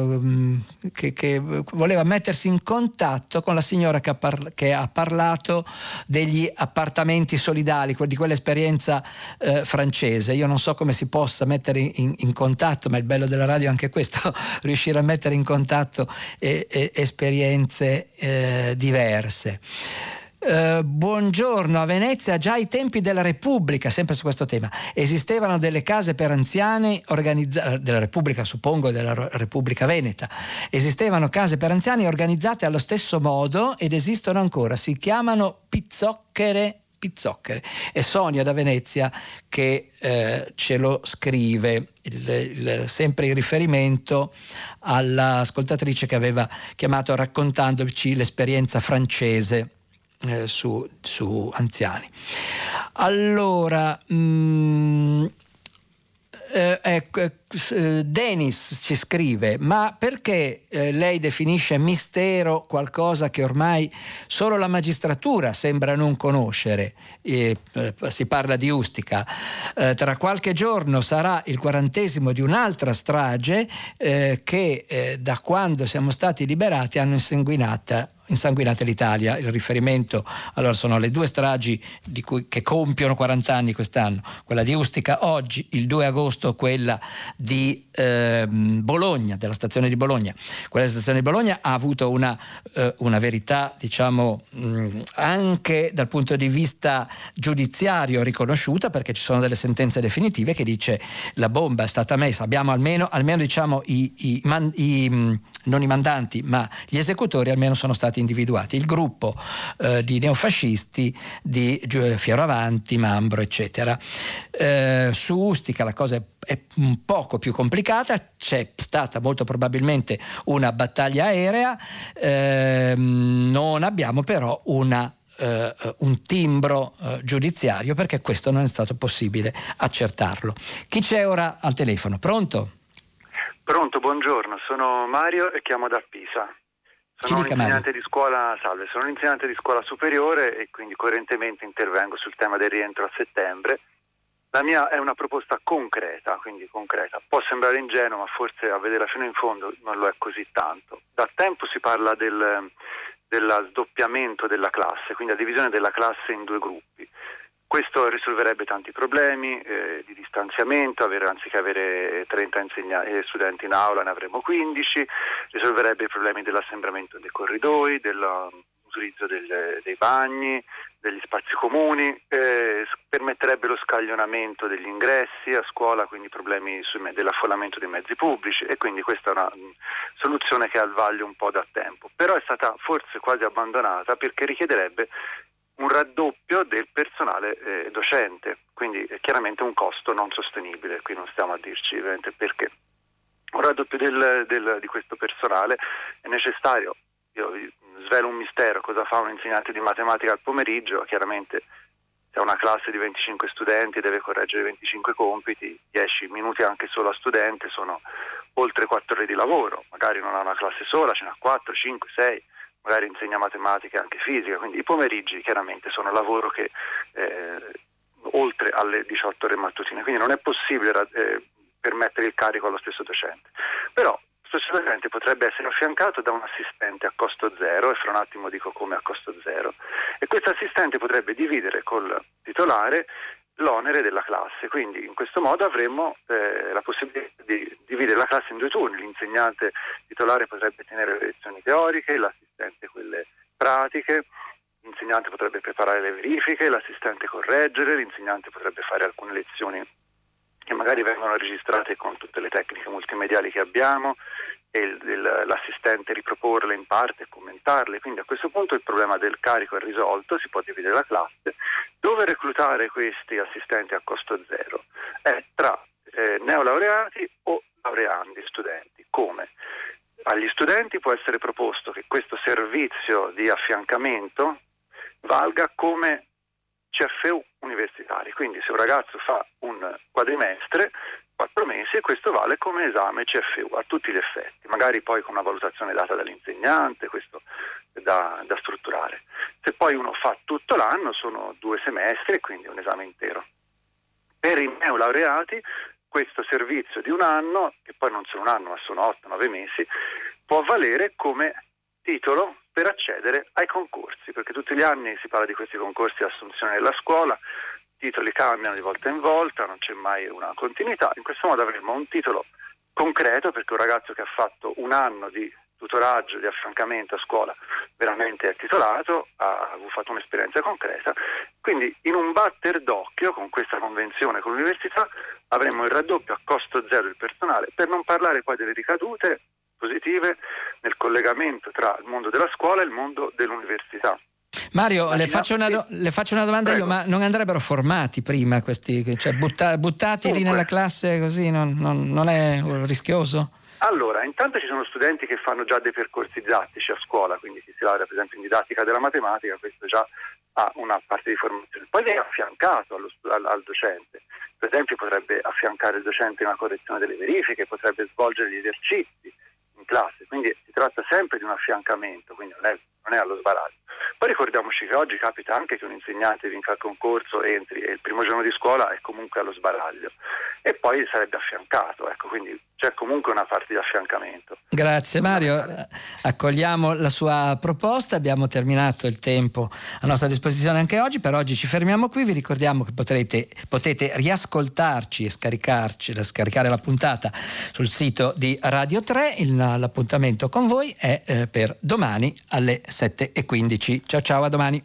voleva mettersi in contatto con la signora che ha parlato degli appartamenti solidali, di quell'esperienza francese. Io non so come si possa mettere in contatto, ma il bello della radio è anche questo, riuscire a mettere in contatto esperienze diverse. Buongiorno, a Venezia già ai tempi della Repubblica, sempre su questo tema, esistevano delle case per anziani della Repubblica, suppongo della Repubblica Veneta, esistevano case per anziani organizzate allo stesso modo ed esistono ancora, si chiamano Pizzocchere. È Sonia da Venezia che ce lo scrive, sempre in riferimento all'ascoltatrice che aveva chiamato raccontandoci l'esperienza francese su anziani. Allora, Denis ci scrive: ma perché lei definisce mistero qualcosa che ormai solo la magistratura sembra non conoscere? Si parla di Ustica. Tra qualche giorno sarà il 40° di un'altra strage che da quando siamo stati liberati hanno insanguinata l'Italia. Il riferimento allora sono le 2 stragi che compiono 40 anni quest'anno, quella di Ustica oggi, il 2 agosto quella di Bologna, della stazione di Bologna. Quella della stazione di Bologna ha avuto una verità, diciamo, anche dal punto di vista giudiziario riconosciuta, perché ci sono delle sentenze definitive che dice la bomba è stata messa, abbiamo almeno diciamo non i mandanti ma gli esecutori almeno sono stati individuati, il gruppo di neofascisti di Fioravanti, Mambro eccetera. Su Ustica la cosa è un poco più complicata, c'è stata molto probabilmente una battaglia aerea, non abbiamo però un timbro giudiziario perché questo non è stato possibile accertarlo. Chi c'è ora al telefono? Pronto? Pronto, buongiorno, sono Mario e chiamo da Pisa. Sono un insegnante di scuola, salve, sono un insegnante di scuola superiore e quindi coerentemente intervengo sul tema del rientro a settembre. La mia è una proposta concreta, quindi concreta. Può sembrare ingenuo, ma forse a vederla fino in fondo non lo è così tanto. Da tempo si parla dello sdoppiamento della classe, quindi la divisione della classe in 2 gruppi. Questo risolverebbe tanti problemi di distanziamento, anziché avere 30 studenti in aula ne avremo 15, risolverebbe i problemi dell'assembramento dei corridoi, dell'utilizzo dei bagni, degli spazi comuni, permetterebbe lo scaglionamento degli ingressi a scuola, quindi problemi dell'affollamento dei mezzi pubblici, e quindi questa è una soluzione che ha il vaglio un po' da tempo, però è stata forse quasi abbandonata perché richiederebbe un raddoppio del personale docente, quindi è chiaramente un costo non sostenibile, qui non stiamo a dirci ovviamente perché. Un raddoppio di questo personale è necessario. Io vi svelo un mistero: cosa fa un insegnante di matematica al pomeriggio? Chiaramente se ha una classe di 25 studenti deve correggere 25 compiti, 10 minuti anche solo a studente sono oltre 4 ore di lavoro, magari non ha una classe sola, ce n'ha 4, 5, 6, magari insegna matematica e anche fisica, quindi i pomeriggi chiaramente sono lavoro che oltre alle 18 ore mattutine, quindi non è possibile permettere il carico allo stesso docente. Però questo docente potrebbe essere affiancato da un assistente a costo zero, e fra un attimo dico come a costo zero, e questo assistente potrebbe dividere col titolare l'onere della classe. Quindi in questo modo avremmo la possibilità di dividere la classe in 2 turni. L'insegnante titolare potrebbe tenere le lezioni teoriche, l'assistente quelle pratiche, l'insegnante potrebbe preparare le verifiche, l'assistente correggere, l'insegnante potrebbe fare alcune lezioni che magari vengono registrate con tutte le tecniche multimediali che abbiamo, e l'assistente riproporle in parte e commentarle. Quindi a questo punto il problema del carico è risolto, si può dividere la classe. Dove reclutare questi assistenti a costo zero? È tra neolaureati o laureandi studenti. Come? Agli studenti può essere proposto che questo servizio di affiancamento valga come CFU universitari, quindi se un ragazzo fa un quadrimestre, 4 mesi, e questo vale come esame CFU a tutti gli effetti, magari poi con una valutazione data dall'insegnante, questo è da strutturare. Se poi uno fa tutto l'anno sono 2 semestri e quindi un esame intero. Per i neolaureati questo servizio di un anno, che poi non sono un anno ma sono 8-9 mesi, può valere come titolo per accedere ai concorsi, perché tutti gli anni si parla di questi concorsi di assunzione nella scuola, i titoli cambiano di volta in volta, non c'è mai una continuità. In questo modo avremo un titolo concreto, perché un ragazzo che ha fatto un anno di tutoraggio, di affiancamento a scuola, veramente è titolato, ha fatto un'esperienza concreta. Quindi in un batter d'occhio, con questa convenzione con l'università, avremo il raddoppio a costo zero del personale, per non parlare poi delle ricadute positive nel collegamento tra il mondo della scuola e il mondo dell'università. Mario, le faccio una domanda. Prego. Io, ma non andrebbero formati prima questi, cioè buttati lì nella classe così non è rischioso? Allora, intanto ci sono studenti che fanno già dei percorsi didattici a scuola, quindi chi si laurea per esempio in didattica della matematica, questo già ha una parte di formazione. Poi viene affiancato al docente, per esempio potrebbe affiancare il docente in una correzione delle verifiche, potrebbe svolgere gli esercizi in classe, quindi si tratta sempre di un affiancamento, quindi non è allo sbaraglio. Poi ricordiamoci che oggi capita anche che un insegnante vinca il concorso, entri e il primo giorno di scuola è comunque allo sbaraglio e poi sarebbe affiancato, ecco, quindi c'è comunque una parte di affiancamento. Grazie Mario, accogliamo la sua proposta, abbiamo terminato il tempo a nostra disposizione anche oggi, per oggi ci fermiamo qui, vi ricordiamo che potete riascoltarci e scaricare la puntata sul sito di Radio 3, l'appuntamento con voi è per domani alle 7:15. Ciao, a domani.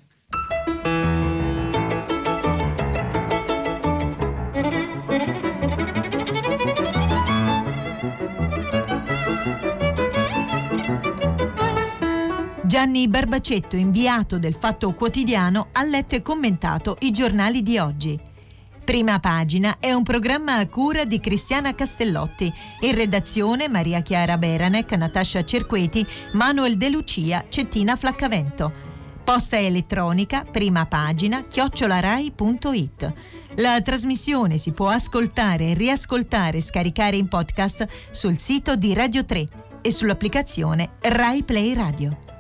Gianni Barbacetto, inviato del Fatto Quotidiano, ha letto e commentato i giornali di oggi. Prima Pagina è un programma a cura di Cristiana Castellotti. In redazione Maria Chiara Beranec, Natascia Cerqueti, Manuel De Lucia, Cettina Flaccavento. Posta elettronica primapagina@rai.it. La trasmissione si può ascoltare, riascoltare e scaricare in podcast sul sito di Radio 3 e sull'applicazione Rai Play Radio.